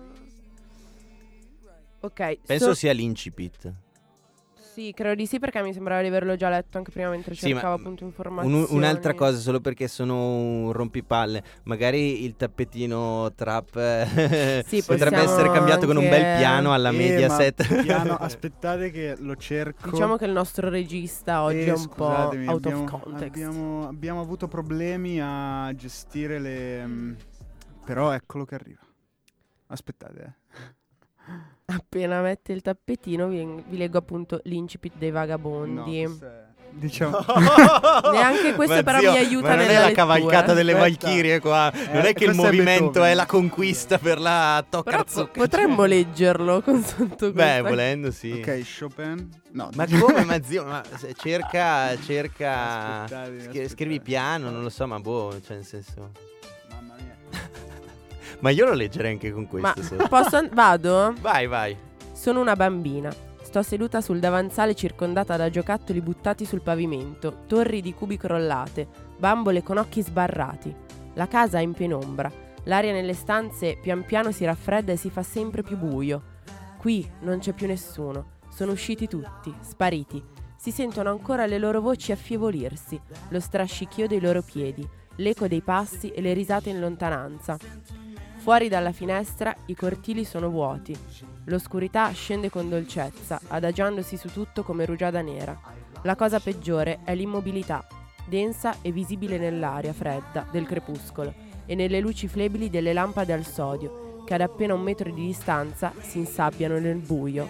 Ok. Penso so- sia l'incipit. Sì, credo di sì, perché mi sembrava di averlo già letto anche prima mentre Sì, ma cercavo appunto Un- informazioni. un'altra cosa, solo perché sono un rompipalle, magari il tappetino trap eh, Sì, potrebbe possiamo essere cambiato con un bel anche- piano alla Eh, Mediaset. ma piano, aspettate che lo cerco. Diciamo che il nostro regista oggi Eh, è un po' scusatemi, out abbiamo, of context. Abbiamo, abbiamo avuto problemi a gestire le... mm, però eccolo che arriva. Aspettate, eh. Appena mette il tappetino vi, vi leggo appunto l'incipit dei Vagabondi. No, questo è- diciamo... Neanche questo Ma però zio, mi aiuta ma non nella è la lettura. cavalcata delle Aspetta. Valchirie qua, non Eh, è che il questo è movimento Beethoven. è la conquista per la Però Tokarczuk. po- potremmo leggerlo con sotto Beh, questa- volendo sì. Ok, Chopin. No, Ma come, ma zio, ma se- cerca, cerca, Aspettate, scri- aspettate. scrivi piano, non lo so, ma boh, cioè nel senso... Mamma mia. Ma io lo leggerei anche con Ma questo. sotto. posso an- vado? Vai, vai. Sono una bambina. Sto seduta sul davanzale circondata da giocattoli buttati sul pavimento, torri di cubi crollate, bambole con occhi sbarrati. La casa è in penombra. L'aria nelle stanze pian piano si raffredda e si fa sempre più buio. Qui non c'è più nessuno. Sono usciti tutti, spariti. Si sentono ancora le loro voci affievolirsi, lo strascichio dei loro piedi, l'eco dei passi e le risate in lontananza. Fuori dalla finestra i cortili sono vuoti. L'oscurità scende con dolcezza, adagiandosi su tutto come rugiada nera. La cosa peggiore è l'immobilità, densa e visibile nell'aria fredda del crepuscolo e nelle luci flebili delle lampade al sodio, che ad appena un metro di distanza si insabbiano nel buio.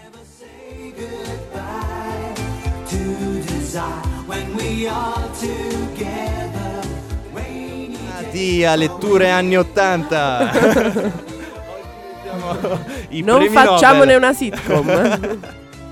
Tia, letture anni ottanta. I Non premi facciamone Nobel. una sitcom.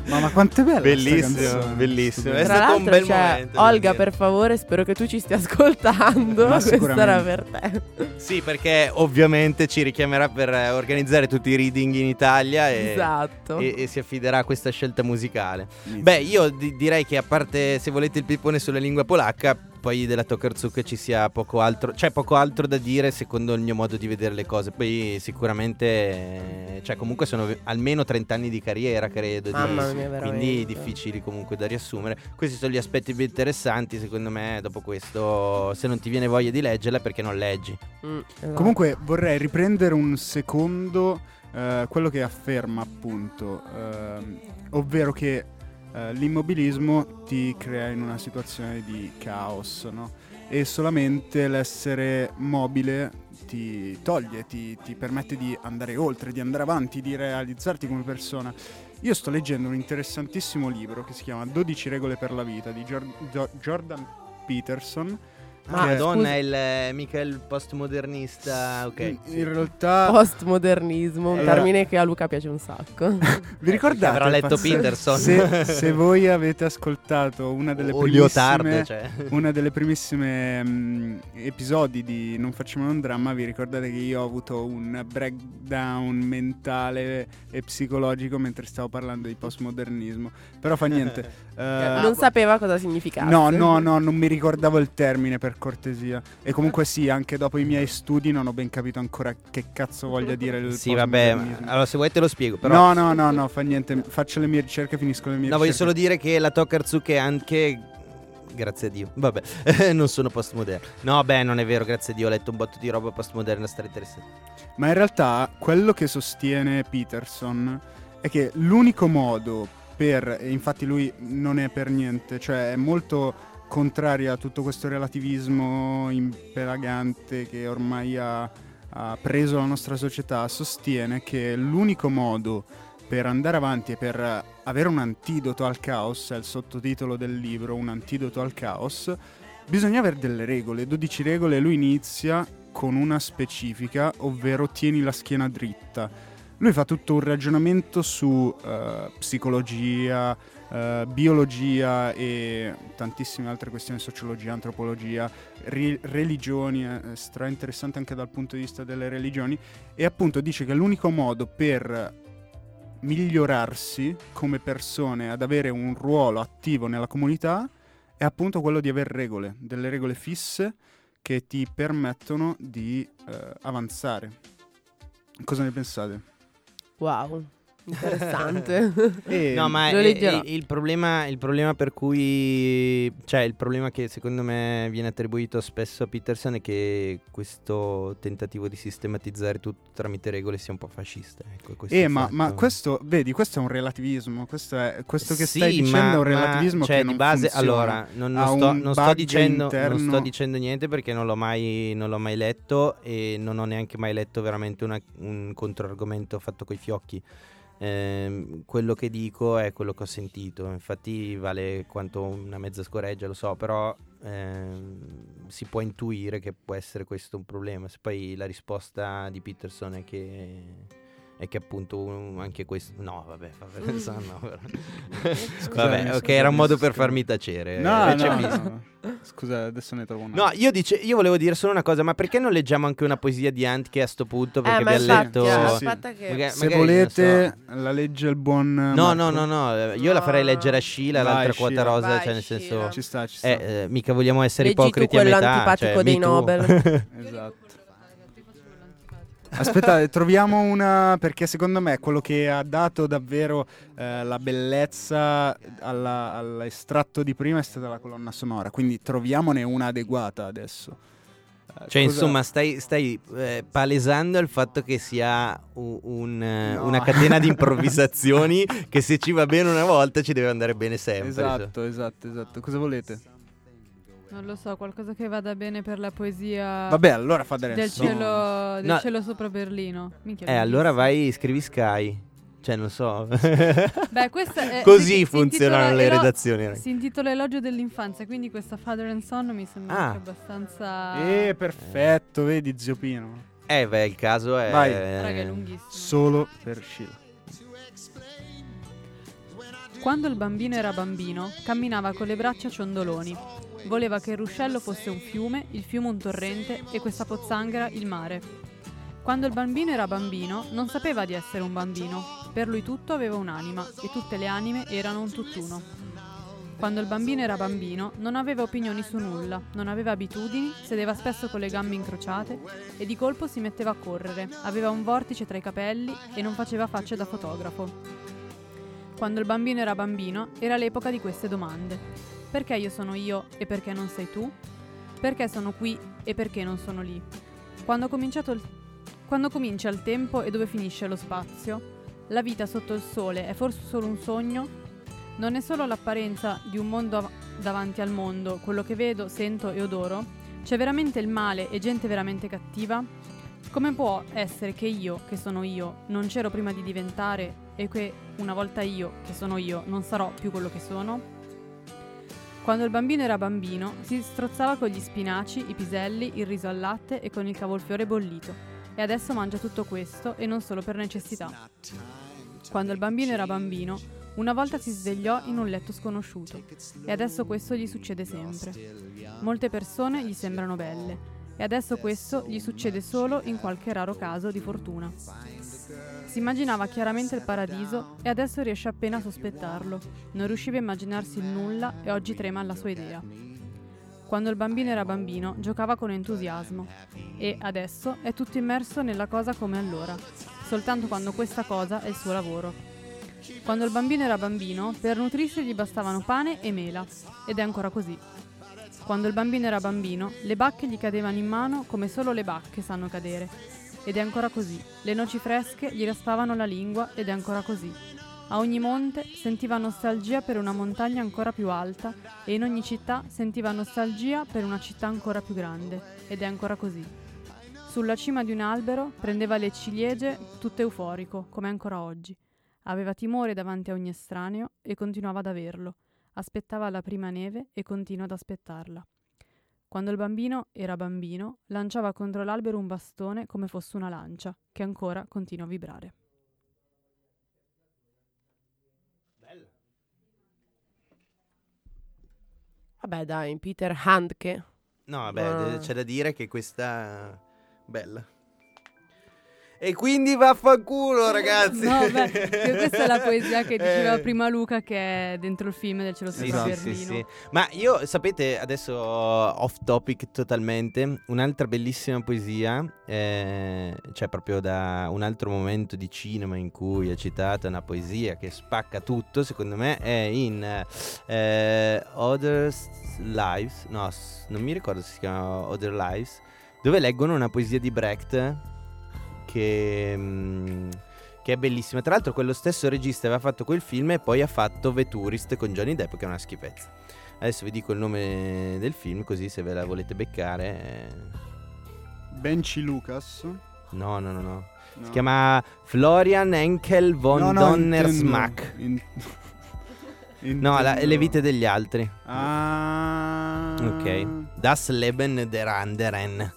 Ma, ma quanto è bella questa Bellissimo, canzone. bellissimo. È Stupenda. Tra stato un l'altro, bel cioè, momento, devo Olga, dire. per favore, spero che tu ci stia ascoltando. Ma Questa era sicuramente. per te. Sì, perché ovviamente ci richiamerà per eh, organizzare tutti i reading in Italia e, Esatto. e- e si affiderà a questa scelta musicale. Inizia. Beh, io di- direi che a parte se volete il pippone sulla lingua polacca, poi della Tokarczuk ci sia poco altro, c'è poco altro da dire secondo il mio modo di vedere le cose. Poi sicuramente, eh, cioè comunque sono ve- almeno trenta anni di carriera, credo. di- Mamma mia, veramente. quindi difficili comunque da riassumere. Questi sono gli aspetti più interessanti, secondo me. Dopo questo, se non ti viene voglia di leggerla, è perché non leggi. Mm, esatto. Comunque vorrei riprendere un secondo eh, quello che afferma appunto, ehm, ovvero che eh, l'immobilismo ti crea in una situazione di caos, no? E solamente l'essere mobile ti toglie, ti, ti permette di andare oltre, di andare avanti, di realizzarti come persona. Io sto leggendo un interessantissimo libro che si chiama dodici regole per la vita di Jor- Jo- Jordan Peterson. Ma che- Madonna, scusa- è il, eh, mica il postmodernista. Ok. in, in realtà Postmodernismo, un Allora- termine che a Luca piace un sacco. vi ricordate avrà letto pazz- Peterson. se, se voi avete ascoltato una delle o Lyotard, primissime cioè. una delle primissime mm, episodi di Non facciamo un dramma, vi ricordate che io ho avuto un breakdown mentale e psicologico mentre stavo parlando di postmodernismo, però fa niente. Eh, non sapeva cosa significasse. No, no, no, non mi ricordavo il termine, per cortesia. E comunque sì, anche dopo i miei studi non ho ben capito ancora che cazzo voglia dire il Sì, vabbè. postmodernismo. Allora, se vuoi te lo spiego. Però No, no, no, no, fa niente. Faccio le mie ricerche, finisco le mie No, voglio ricerche. solo dire che la Tokarczuk è anche. Grazie a Dio. Vabbè, non sono postmoderno. No, beh, non è vero, grazie a Dio. Ho letto un botto di roba postmoderna, stare interessante. Ma in realtà quello che sostiene Peterson è che l'unico modo per, e infatti lui non è per niente, cioè è molto contrario a tutto questo relativismo impelagante che ormai ha, ha preso la nostra società, sostiene che l'unico modo per andare avanti e per avere un antidoto al caos, è il sottotitolo del libro, un antidoto al caos, bisogna avere delle regole, dodici regole. Lui inizia con una specifica, ovvero tieni la schiena dritta. Lui fa tutto un ragionamento su eh, psicologia, eh, biologia e tantissime altre questioni, sociologia, antropologia, ri- religioni, è stra interessante anche dal punto di vista delle religioni, e appunto dice che l'unico modo per migliorarsi come persone, ad avere un ruolo attivo nella comunità, è appunto quello di avere regole, delle regole fisse che ti permettono di eh, avanzare. Cosa ne pensate? Wow, interessante. E No, ma lo è- leggerò. è- il, problema, il problema per cui. Cioè, il problema che secondo me viene attribuito spesso a Peterson è che questo tentativo di sistematizzare tutto tramite regole sia un po' fascista. Ecco, questo Eh, è il ma, ma fatto. questo, vedi, questo è un relativismo. Questo, è, questo che Sì, stai dicendo ma- è un ma, relativismo cioè, che di non base, funziona. allora, non, non Ha sto, un non sto bug dicendo, non interno. sto dicendo niente perché non l'ho mai, non l'ho mai letto e non ho neanche mai letto veramente una- un controargomento fatto coi fiocchi. Ehm, quello che dico è quello che ho sentito, infatti vale quanto una mezza scoreggia, lo so, però ehm, si può intuire che può essere questo un problema. Se poi la risposta di Peterson è che è che appunto um, anche questo no vabbè, vabbè so, no, però. Vabbè, ok, scusami, era un modo per scusami. farmi tacere. No, Invece no, mi- no. Scusa, adesso ne trovo una. No, io, dice, io volevo dire solo una cosa, ma perché non leggiamo anche una poesia di Handke a sto punto? Perché eh, ma abbiamo infatti, letto... eh, Sì, sì. aspetta che... Magari- Se magari, volete, non la legge il buon No, no, Marco. no, no, eh, io la No. farei leggere a Scilla, Vai, l'altra quota Scilla. rosa, Vai, cioè nel Scilla. senso... Ci sta, ci sta. Eh, eh, mica vogliamo essere Leggi tu ipocriti a quello metà. antipatico cioè, dei Me Too. Nobel. Esatto. Aspetta, troviamo una, perché secondo me quello che ha dato davvero eh, la bellezza alla- all'estratto di prima è stata la colonna sonora, quindi troviamone una adeguata adesso. Eh, Cioè, cosa- insomma, stai, stai eh, palesando il fatto che sia un- un, eh, No. una catena di improvvisazioni che se ci va bene una volta ci deve andare bene sempre. Esatto, esatto, esatto. Cosa volete? Non lo so, qualcosa che vada bene per la poesia Vabbè, allora fa del, adesso. cielo, del No. cielo sopra Berlino. Minchia, Eh, allora bellissimo. vai, scrivi Sky. Cioè, non so. Beh, questa è, Così si- si funzionano intitola le Elo- redazioni. ragazzi. Si intitola Elogio dell'infanzia, quindi questa Father and Son mi sembra Ah. anche abbastanza... Eh, perfetto, vedi zio Pino. Eh, beh, il caso è. Vai. Raga, è lunghissimo. Solo per Sheila. Quando il bambino era bambino, camminava con le braccia ciondoloni. Voleva che il ruscello fosse un fiume, il fiume un torrente e questa pozzanghera il mare. Quando il bambino era bambino, non sapeva di essere un bambino. Per lui tutto aveva un'anima e tutte le anime erano un tutt'uno. Quando il bambino era bambino, non aveva opinioni su nulla, non aveva abitudini, sedeva spesso con le gambe incrociate e di colpo si metteva a correre, aveva un vortice tra i capelli e non faceva facce da fotografo. Quando il bambino era bambino, era l'epoca di queste domande. Perché io sono io e perché non sei tu? Perché sono qui e perché non sono lì? Quando, cominciato il... Quando comincia il tempo e dove finisce lo spazio? La vita sotto il sole è forse solo un sogno? Non è solo l'apparenza di un mondo av- davanti al mondo, quello che vedo, sento e odoro? C'è veramente il male e gente veramente cattiva? Come può essere che io, che sono io, non c'ero prima di diventare e che una volta io, che sono io, non sarò più quello che sono? Quando il bambino era bambino, si strozzava con gli spinaci, i piselli, il riso al latte e con il cavolfiore bollito. E adesso mangia tutto questo e non solo per necessità. Quando il bambino era bambino, una volta si svegliò in un letto sconosciuto e adesso questo gli succede sempre. Molte persone gli sembrano belle e adesso questo gli succede solo in qualche raro caso di fortuna. Si immaginava chiaramente il paradiso e adesso riesce appena a sospettarlo. Non riusciva a immaginarsi il nulla e oggi trema alla sua idea. Quando il bambino era bambino giocava con entusiasmo e adesso è tutto immerso nella cosa come allora, soltanto quando questa cosa è il suo lavoro. Quando il bambino era bambino, per nutrirsi gli bastavano pane e mela, ed è ancora così. Quando il bambino era bambino, le bacche gli cadevano in mano come solo le bacche sanno cadere, ed è ancora così. Le noci fresche gli raspavano la lingua, ed è ancora così. A ogni monte sentiva nostalgia per una montagna ancora più alta, e in ogni città sentiva nostalgia per una città ancora più grande, ed è ancora così. Sulla cima di un albero prendeva le ciliegie tutto euforico, come ancora oggi. Aveva timore davanti a ogni estraneo e continuava ad averlo. Aspettava la prima neve e continua ad aspettarla. Quando il bambino era bambino, lanciava contro l'albero un bastone come fosse una lancia, che ancora continua a vibrare. Bella. Vabbè dai, Peter Handke. No, vabbè, Ah. c'è da dire che questa bella. E quindi vaffanculo, ragazzi. No, beh, che questa è la poesia che diceva Eh. prima Luca, che è dentro il film del Cielo Sì, sopra sì, Berlino. sì, sì. Ma io, sapete, adesso off topic totalmente, un'altra bellissima poesia, eh, cioè proprio da un altro momento di cinema in cui è citata una poesia che spacca tutto, secondo me, è in eh, Other Lives, no, s- non mi ricordo se si chiama Other Lives, dove leggono una poesia di Brecht che... mm, che è bellissima. Tra l'altro quello stesso regista aveva fatto quel film e poi ha fatto The Tourist con Johnny Depp, che è una schifezza. Adesso vi dico il nome del film, così se ve la volete beccare. eh. Benci Lucas. No, no, no, no. No. Si chiama Florian Henkel von No, no, Donnersmack. intendo- in- No, la- intendo- le vite degli altri. Ah. Ok. Das Leben der anderen.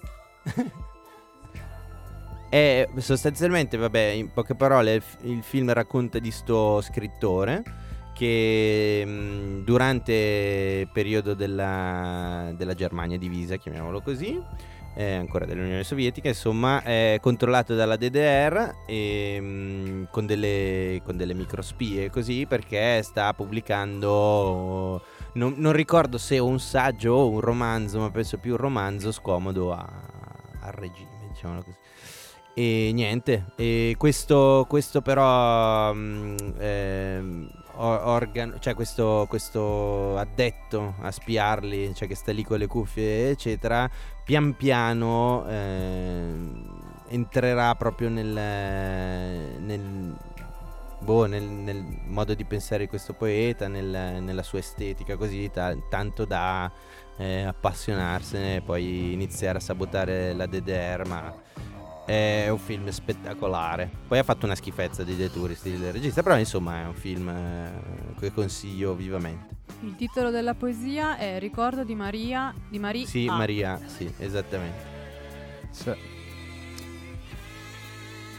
E sostanzialmente, vabbè, in poche parole, il, f- il film racconta di sto scrittore che mh, durante il periodo della, della Germania divisa, chiamiamolo così, eh, ancora dell'Unione Sovietica, insomma, è controllato dalla D D R e, mh, con delle, con delle microspie così, perché sta pubblicando, non, non ricordo se un saggio o un romanzo, ma penso più un romanzo scomodo a- al regime, diciamolo così. E niente, e questo, questo però mh, ehm, or- organo, cioè questo, questo addetto a spiarli, cioè che sta lì con le cuffie eccetera, pian piano ehm, entrerà proprio nel, nel, boh, nel, nel modo di pensare di questo poeta, nel- nella sua estetica, così ta- tanto da eh, appassionarsene e poi iniziare a sabotare la D D R, ma è un film spettacolare. Poi ha fatto una schifezza di The Tourist il regista, però insomma è un film eh, che consiglio vivamente. Il titolo della poesia è Ricordo di Maria di Maria Sì, A. Maria, sì, esattamente. Sì.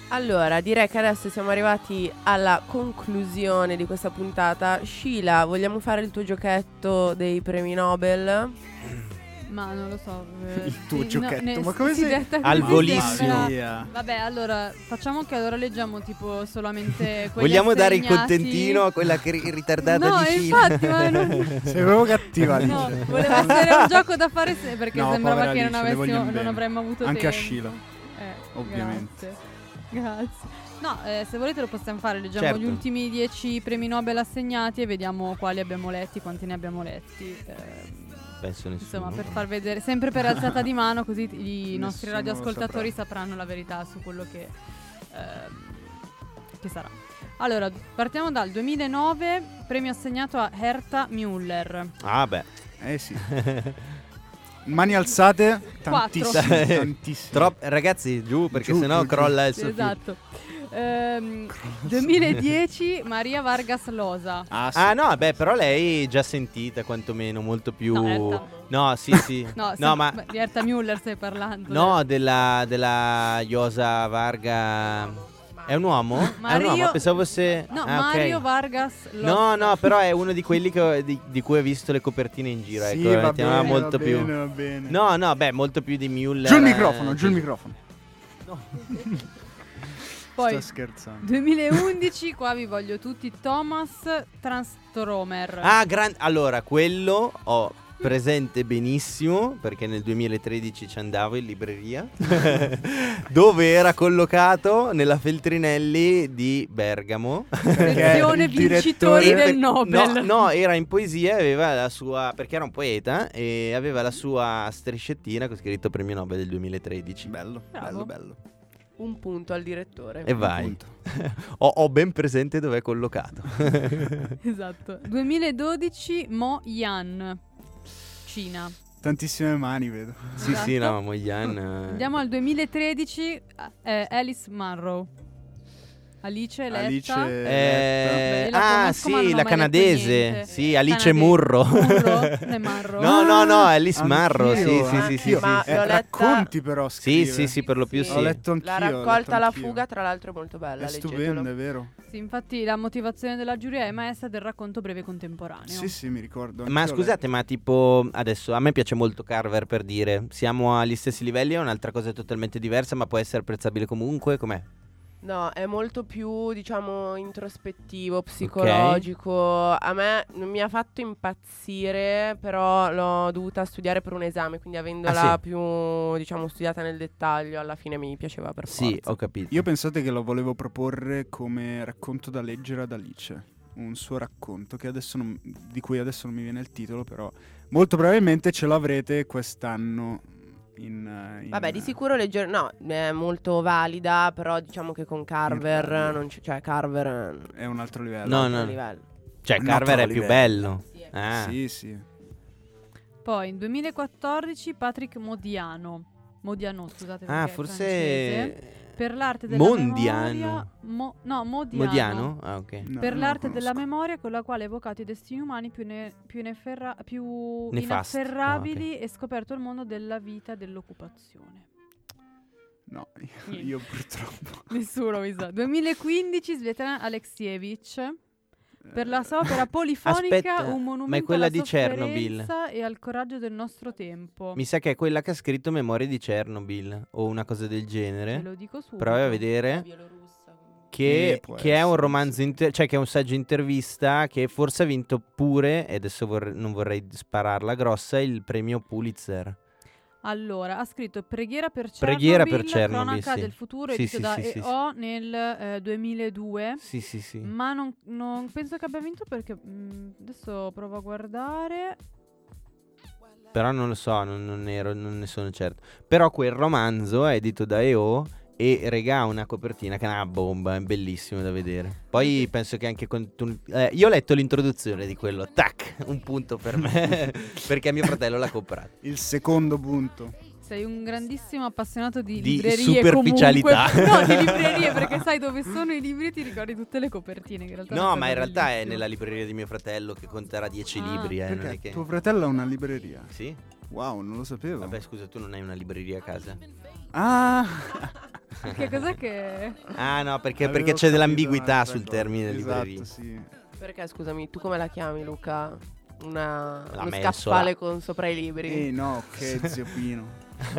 Allora, direi che adesso siamo arrivati alla conclusione di questa puntata. Sheila, vogliamo fare il tuo giochetto dei premi Nobel? Ma non lo so. eh, Il tuo sì, giochetto, ne- ma come si sei- detta Al così, volissimo. sì, Via. Vabbè, allora facciamo che allora leggiamo tipo solamente quelli Vogliamo dare il assegnati. contentino a quella che ri- ritardata No, di Sheila? infatti, ma non- Sei proprio cattiva lì. No, voleva essere un gioco da fare se- perché No, sembrava povera che non, Alice, le avessimo, vogliamo non bene. avremmo avuto Anche tempo. a Sheila, Eh, ovviamente. Grazie. Grazie. No, eh, se volete lo possiamo fare, leggiamo Certo. gli ultimi dieci premi Nobel assegnati e vediamo quali abbiamo letti, quanti ne abbiamo letti. eh, Penso nessuno. Insomma, per far vedere, sempre per alzata di mano, così i nostri Nessuno radioascoltatori lo sapranno la verità su quello che, ehm, che sarà. Allora, partiamo dal duemilanove, premio assegnato a Herta Müller. Ah beh. Eh sì. Mani alzate, Quattro. tantissime, tantissime. Troppo, ragazzi, giù perché Giù, sennò giù, giù. crolla il Sì, suo filo. esatto. Ehm, duemiladieci, Maria Vargas Llosa. Ah, sì. Ah no, beh, però lei già sentita quantomeno molto più. No, Herta. No, sì, sì. No, no, se- ma beh, di Herta Müller stai parlando. no, della della Yosa Varga. È un uomo? È un Mario- uomo, pensavo fosse No, ah, ok. Mario Vargas Llosa. No, no, però è uno di quelli che, di, di cui ho visto le copertine in giro. Sì, ecco, va mettiamola bene, molto va più. bene, va bene. No, no, beh, molto più di Müller. Giù il microfono, eh, giù il sì. microfono. Poi Sto scherzando. duemilaundici, qua vi voglio tutti, Thomas Transtromer. Ah, gran- allora, quello ho presente benissimo perché nel duemilatredici ci andavo in libreria dove era collocato nella Feltrinelli di Bergamo. Sezione il vincitori direttore- del Nobel. No, no, era in poesia e aveva la sua, perché era un poeta e aveva la sua striscettina con scritto premio Nobel del duemilatredici. Bello, Bravo. bello, bello. Un punto al direttore. E vai. Punto. ho, ho ben presente dove è collocato. Esatto. duemiladodici, Mo Yan, Cina. Tantissime mani, vedo. Sì, Esatto. sì, no, Moyan. Andiamo al duemilatredici, eh, Alice Munro. Alice eletta. Alice Eh, Beh, io la ah, conosco, ma non sì, ho la mai canadese. detto niente. Sì, Alice Canadese. Murro. Murro? Ne Marro? No, no, no, Alice Anch'io, Marro. Sì, sì, sì, anch'io. sì, sì. Ma Eh, l'ho letta- racconti però Sì, scrive. sì, sì, per lo più Sì. sì. Ho letto anch'io. La ho letto raccolta alla anch'io. fuga, tra l'altro, è molto bella. È leggetelo. stupenda, è vero? Sì, infatti la motivazione della giuria è maestra del racconto breve contemporaneo. Sì, sì, mi ricordo. Ma anch'io ho scusate, ma tipo adesso a me piace molto Carver, per dire, siamo agli stessi livelli, è un'altra cosa totalmente diversa, ma può essere apprezzabile comunque, com'è? No, è molto più, diciamo, introspettivo, psicologico. A me non mi ha fatto impazzire, però l'ho dovuta studiare per un esame, quindi avendola Ah, sì? più, diciamo, studiata nel dettaglio, alla fine mi piaceva per Sì, forza. ho capito. Io pensate che lo volevo proporre come racconto da leggere ad Alice, un suo racconto che adesso non- di cui adesso non mi viene il titolo, però molto probabilmente ce l'avrete quest'anno in, eh, in- Vabbè, di sicuro leggere, no, è molto valida, però diciamo che con Carver radio. non c'è, cioè Carver è un altro livello. No, è un no. altro livello. Cioè, Un Carver altro è più livello. bello. Sì, eh. Ah. Sì, sì. Poi nel duemilaquattordici Patrick Modiano. Modiano, scusate. Ah, perché è francese. forse Per l'arte della Mondiano. memoria. Mo- no, Modiano. Modiano? Ah, ok. No, Per non l'arte lo della conosco. memoria con la quale ha evocato i destini umani più, ne- più, inefferra- più Nefasti. inafferrabili Ah, ok. e scoperto il mondo della vita e dell'occupazione. No, io, Niente. io purtroppo. Nessuno mi sa. duemilaquindici Svetlana Alexievich. Per la sua opera polifonica Aspetta, un ma monumento è quella alla di Chernobyl? sofferenza e al coraggio del nostro tempo. Mi sa che è quella che ha scritto Memorie di Chernobyl o una cosa del Ve genere. lo dico subito. Provi a vedere. Che, Eh, può che è un essere, romanzo, inter- cioè che è un saggio intervista che forse ha vinto pure, e adesso vorrei- non vorrei spararla grossa, il premio Pulitzer. Allora, ha scritto Preghiera per Chernobyl, Preghiera per Chernobyl, cronaca sì. del futuro, Sì, edito sì, da sì, sì, E O nel eh, duemiladue. Sì, sì, sì. Ma non, non penso che abbia vinto perché mh, adesso provo a guardare. Però non lo so, non, non ero, non ne sono certo. Però quel romanzo è edito da E O e regà una copertina che è una bomba, è bellissimo da vedere. Poi penso che anche con tu- eh, io ho letto l'introduzione di quello, tac, un punto per me, perché mio fratello l'ha comprato. Il secondo punto. Sei un grandissimo appassionato di, Di librerie superficialità. comunque. No, di librerie, perché sai dove sono i libri e ti ricordi tutte le copertine. Che in realtà è una No, cosa ma in realtà è bellissima. nella libreria di mio fratello che conterà dieci Ah. libri, eh, non Perché è che... tuo fratello ha una libreria. Sì? Wow, non lo sapevo. Vabbè, scusa, tu non hai una libreria a casa? Ah! Che cos'è che... Ah no, perché, Avevo perché c'è capito dell'ambiguità un'altra sul cosa. termine Esatto, libreria. sì. Perché, scusami, tu come la chiami, Luca? Una, La uno mensola. scaffale con sopra i libri? Eh no, che zio Pino.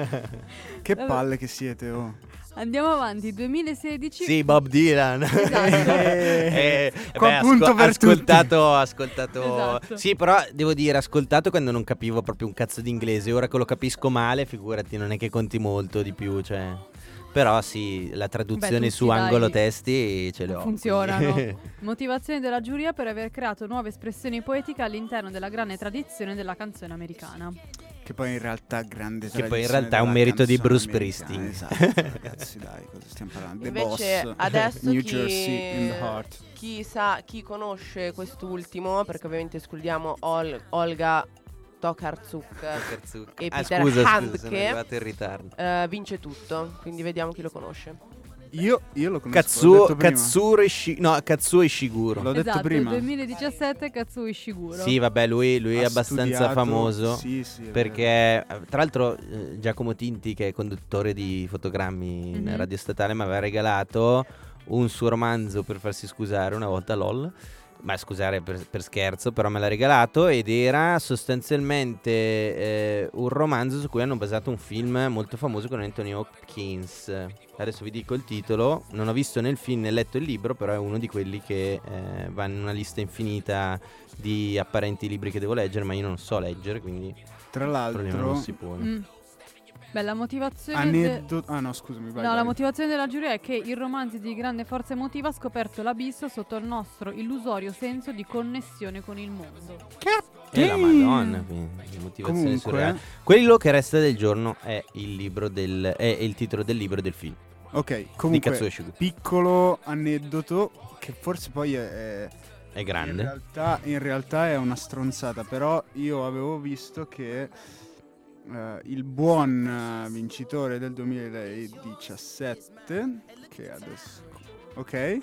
Che Vabbè. palle che siete, oh. Andiamo avanti, duemilasedici. Sì, Bob Dylan. Esatto. Eh, Qua beh, punto per ascoltato, ascoltato. Esatto. Sì, però devo dire, ascoltato quando non capivo proprio un cazzo di inglese. Ora che lo capisco male, figurati, non è che conti molto di più, cioè. Però sì, la traduzione Beh, su tutti, dai, angolo testi ce le ho. funzionano. quindi- Motivazione della giuria per aver creato nuove espressioni poetiche all'interno della grande tradizione della canzone americana. Che poi in realtà grande Che poi in tradizione realtà è un della merito di canzone Bruce americana. Springsteen. Esatto, ragazzi, dai, cosa stiamo parlando? The Invece Boss, adesso New chi, Jersey in the heart. chi sa, chi conosce quest'ultimo, perché ovviamente escludiamo Ol- Olga Tokarczuk, Tokarczuk. E Ah, Peter scusa, scusa, Handke. sono arrivato in ritardo. eh, vince tutto, quindi vediamo chi lo conosce. Io, io lo conosco, l'ho Katsuo, detto prima. Katsuro Ishi- no, Katsuo Ishiguro. L'ho detto esatto, prima. duemiladiciassette Katsuo Ishiguro. Sì, vabbè, lui, lui è Ha abbastanza studiato- famoso. Sì, sì, è Perché, eh, tra l'altro, eh, Giacomo Tinti, che è conduttore di fotogrammi in Mhm. Radio Statale, mi aveva regalato un suo romanzo per farsi scusare una volta, lol. Ma scusare per, per scherzo, però me l'ha regalato ed era sostanzialmente eh, un romanzo su cui hanno basato un film molto famoso con Anthony Hopkins. Adesso vi dico il titolo, non ho visto né il film né letto il libro, però è uno di quelli che eh, va in una lista infinita di apparenti libri che devo leggere, ma io non so leggere, quindi il Tra problema non l'altro, si pone. Mm. Beh, la motivazione... de- aneddoto. Ah, no, scusami, vai. No, vai. la motivazione della giuria è che il romanzo di grande forza emotiva ha scoperto l'abisso sotto il nostro illusorio senso di connessione con il mondo. E la Madonna, quindi, motivazione Comunque, surreale. Quello che resta del giorno è il libro del è il titolo del libro e del film ok, di comunque, Katsuo Ishiguro. piccolo aneddoto che forse poi è, è È in grande. realtà, in realtà è una stronzata, però io avevo visto che eh, il buon eh, vincitore del duemiladiciassette, che adesso, ok,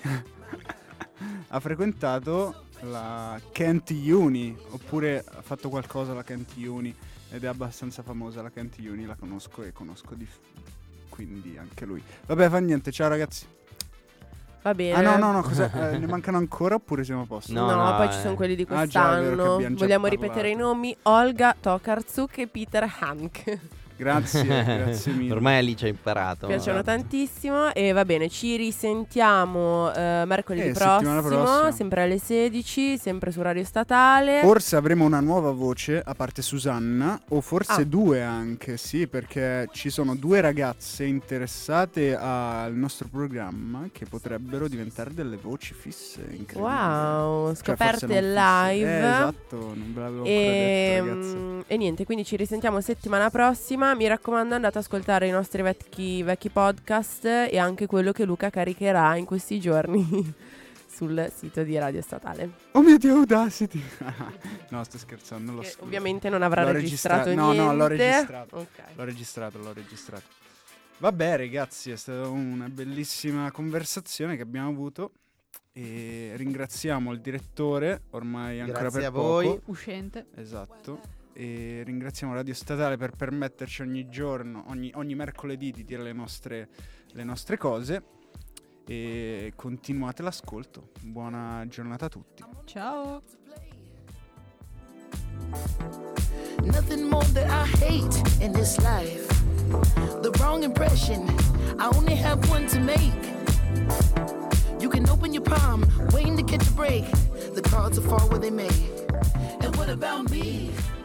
ha frequentato la Kent Uni, oppure ha fatto qualcosa alla Kent Uni ed è abbastanza famosa la Kent Uni, la conosco e conosco di quindi anche lui. Vabbè, fa niente, ciao ragazzi. Va bene. Ah no, no, no, cosa, eh, ne mancano ancora oppure siamo a posto? No, No, no, poi eh. ci sono quelli di Ah, già, è vero che quest'anno. abbiamo già Vogliamo parlato. ripetere i nomi? Olga Tokarczuk e Peter Handke. Grazie, grazie mille. Ormai lì ci ha imparato. Mi piacciono Esatto. tantissimo. E va bene, ci risentiamo eh, mercoledì Eh, settimana prossimo, prossima. sempre alle sedici, sempre su Radio Statale. Forse avremo una nuova voce, a parte Susanna, o forse Ah. due anche, sì, perché ci sono due ragazze interessate al nostro programma che potrebbero diventare delle voci fisse, incredibili. Wow, Cioè, scoperte forse non fisse. live. Eh, esatto, non ve l'avevo E, ancora detto, ragazze. mm, e niente, quindi ci risentiamo settimana prossima. Mi raccomando, andate ad ascoltare i nostri vecchi, vecchi podcast e anche quello che Luca caricherà in questi giorni sul sito di Radio Statale. Oh mio Dio, Audacity! No, sto scherzando, l'ho Che sc- ovviamente non avrà l'ho registrato registra- no, niente. no, l'ho registrato. Ok. L'ho registrato, l'ho registrato. Vabbè, ragazzi, è stata una bellissima conversazione che abbiamo avuto e ringraziamo il direttore, ormai ancora Grazie per a voi. poco. Uscente. Esatto. E ringraziamo Radio Statale per permetterci ogni giorno, ogni, ogni mercoledì di dire le nostre, le nostre cose. E continuate l'ascolto. Buona giornata a tutti. Ciao. Nothing more that I hate in this life. The wrong impression, I only have one to make. You can open your palm, waiting to catch a break. The cards will fall where they may. And what about me?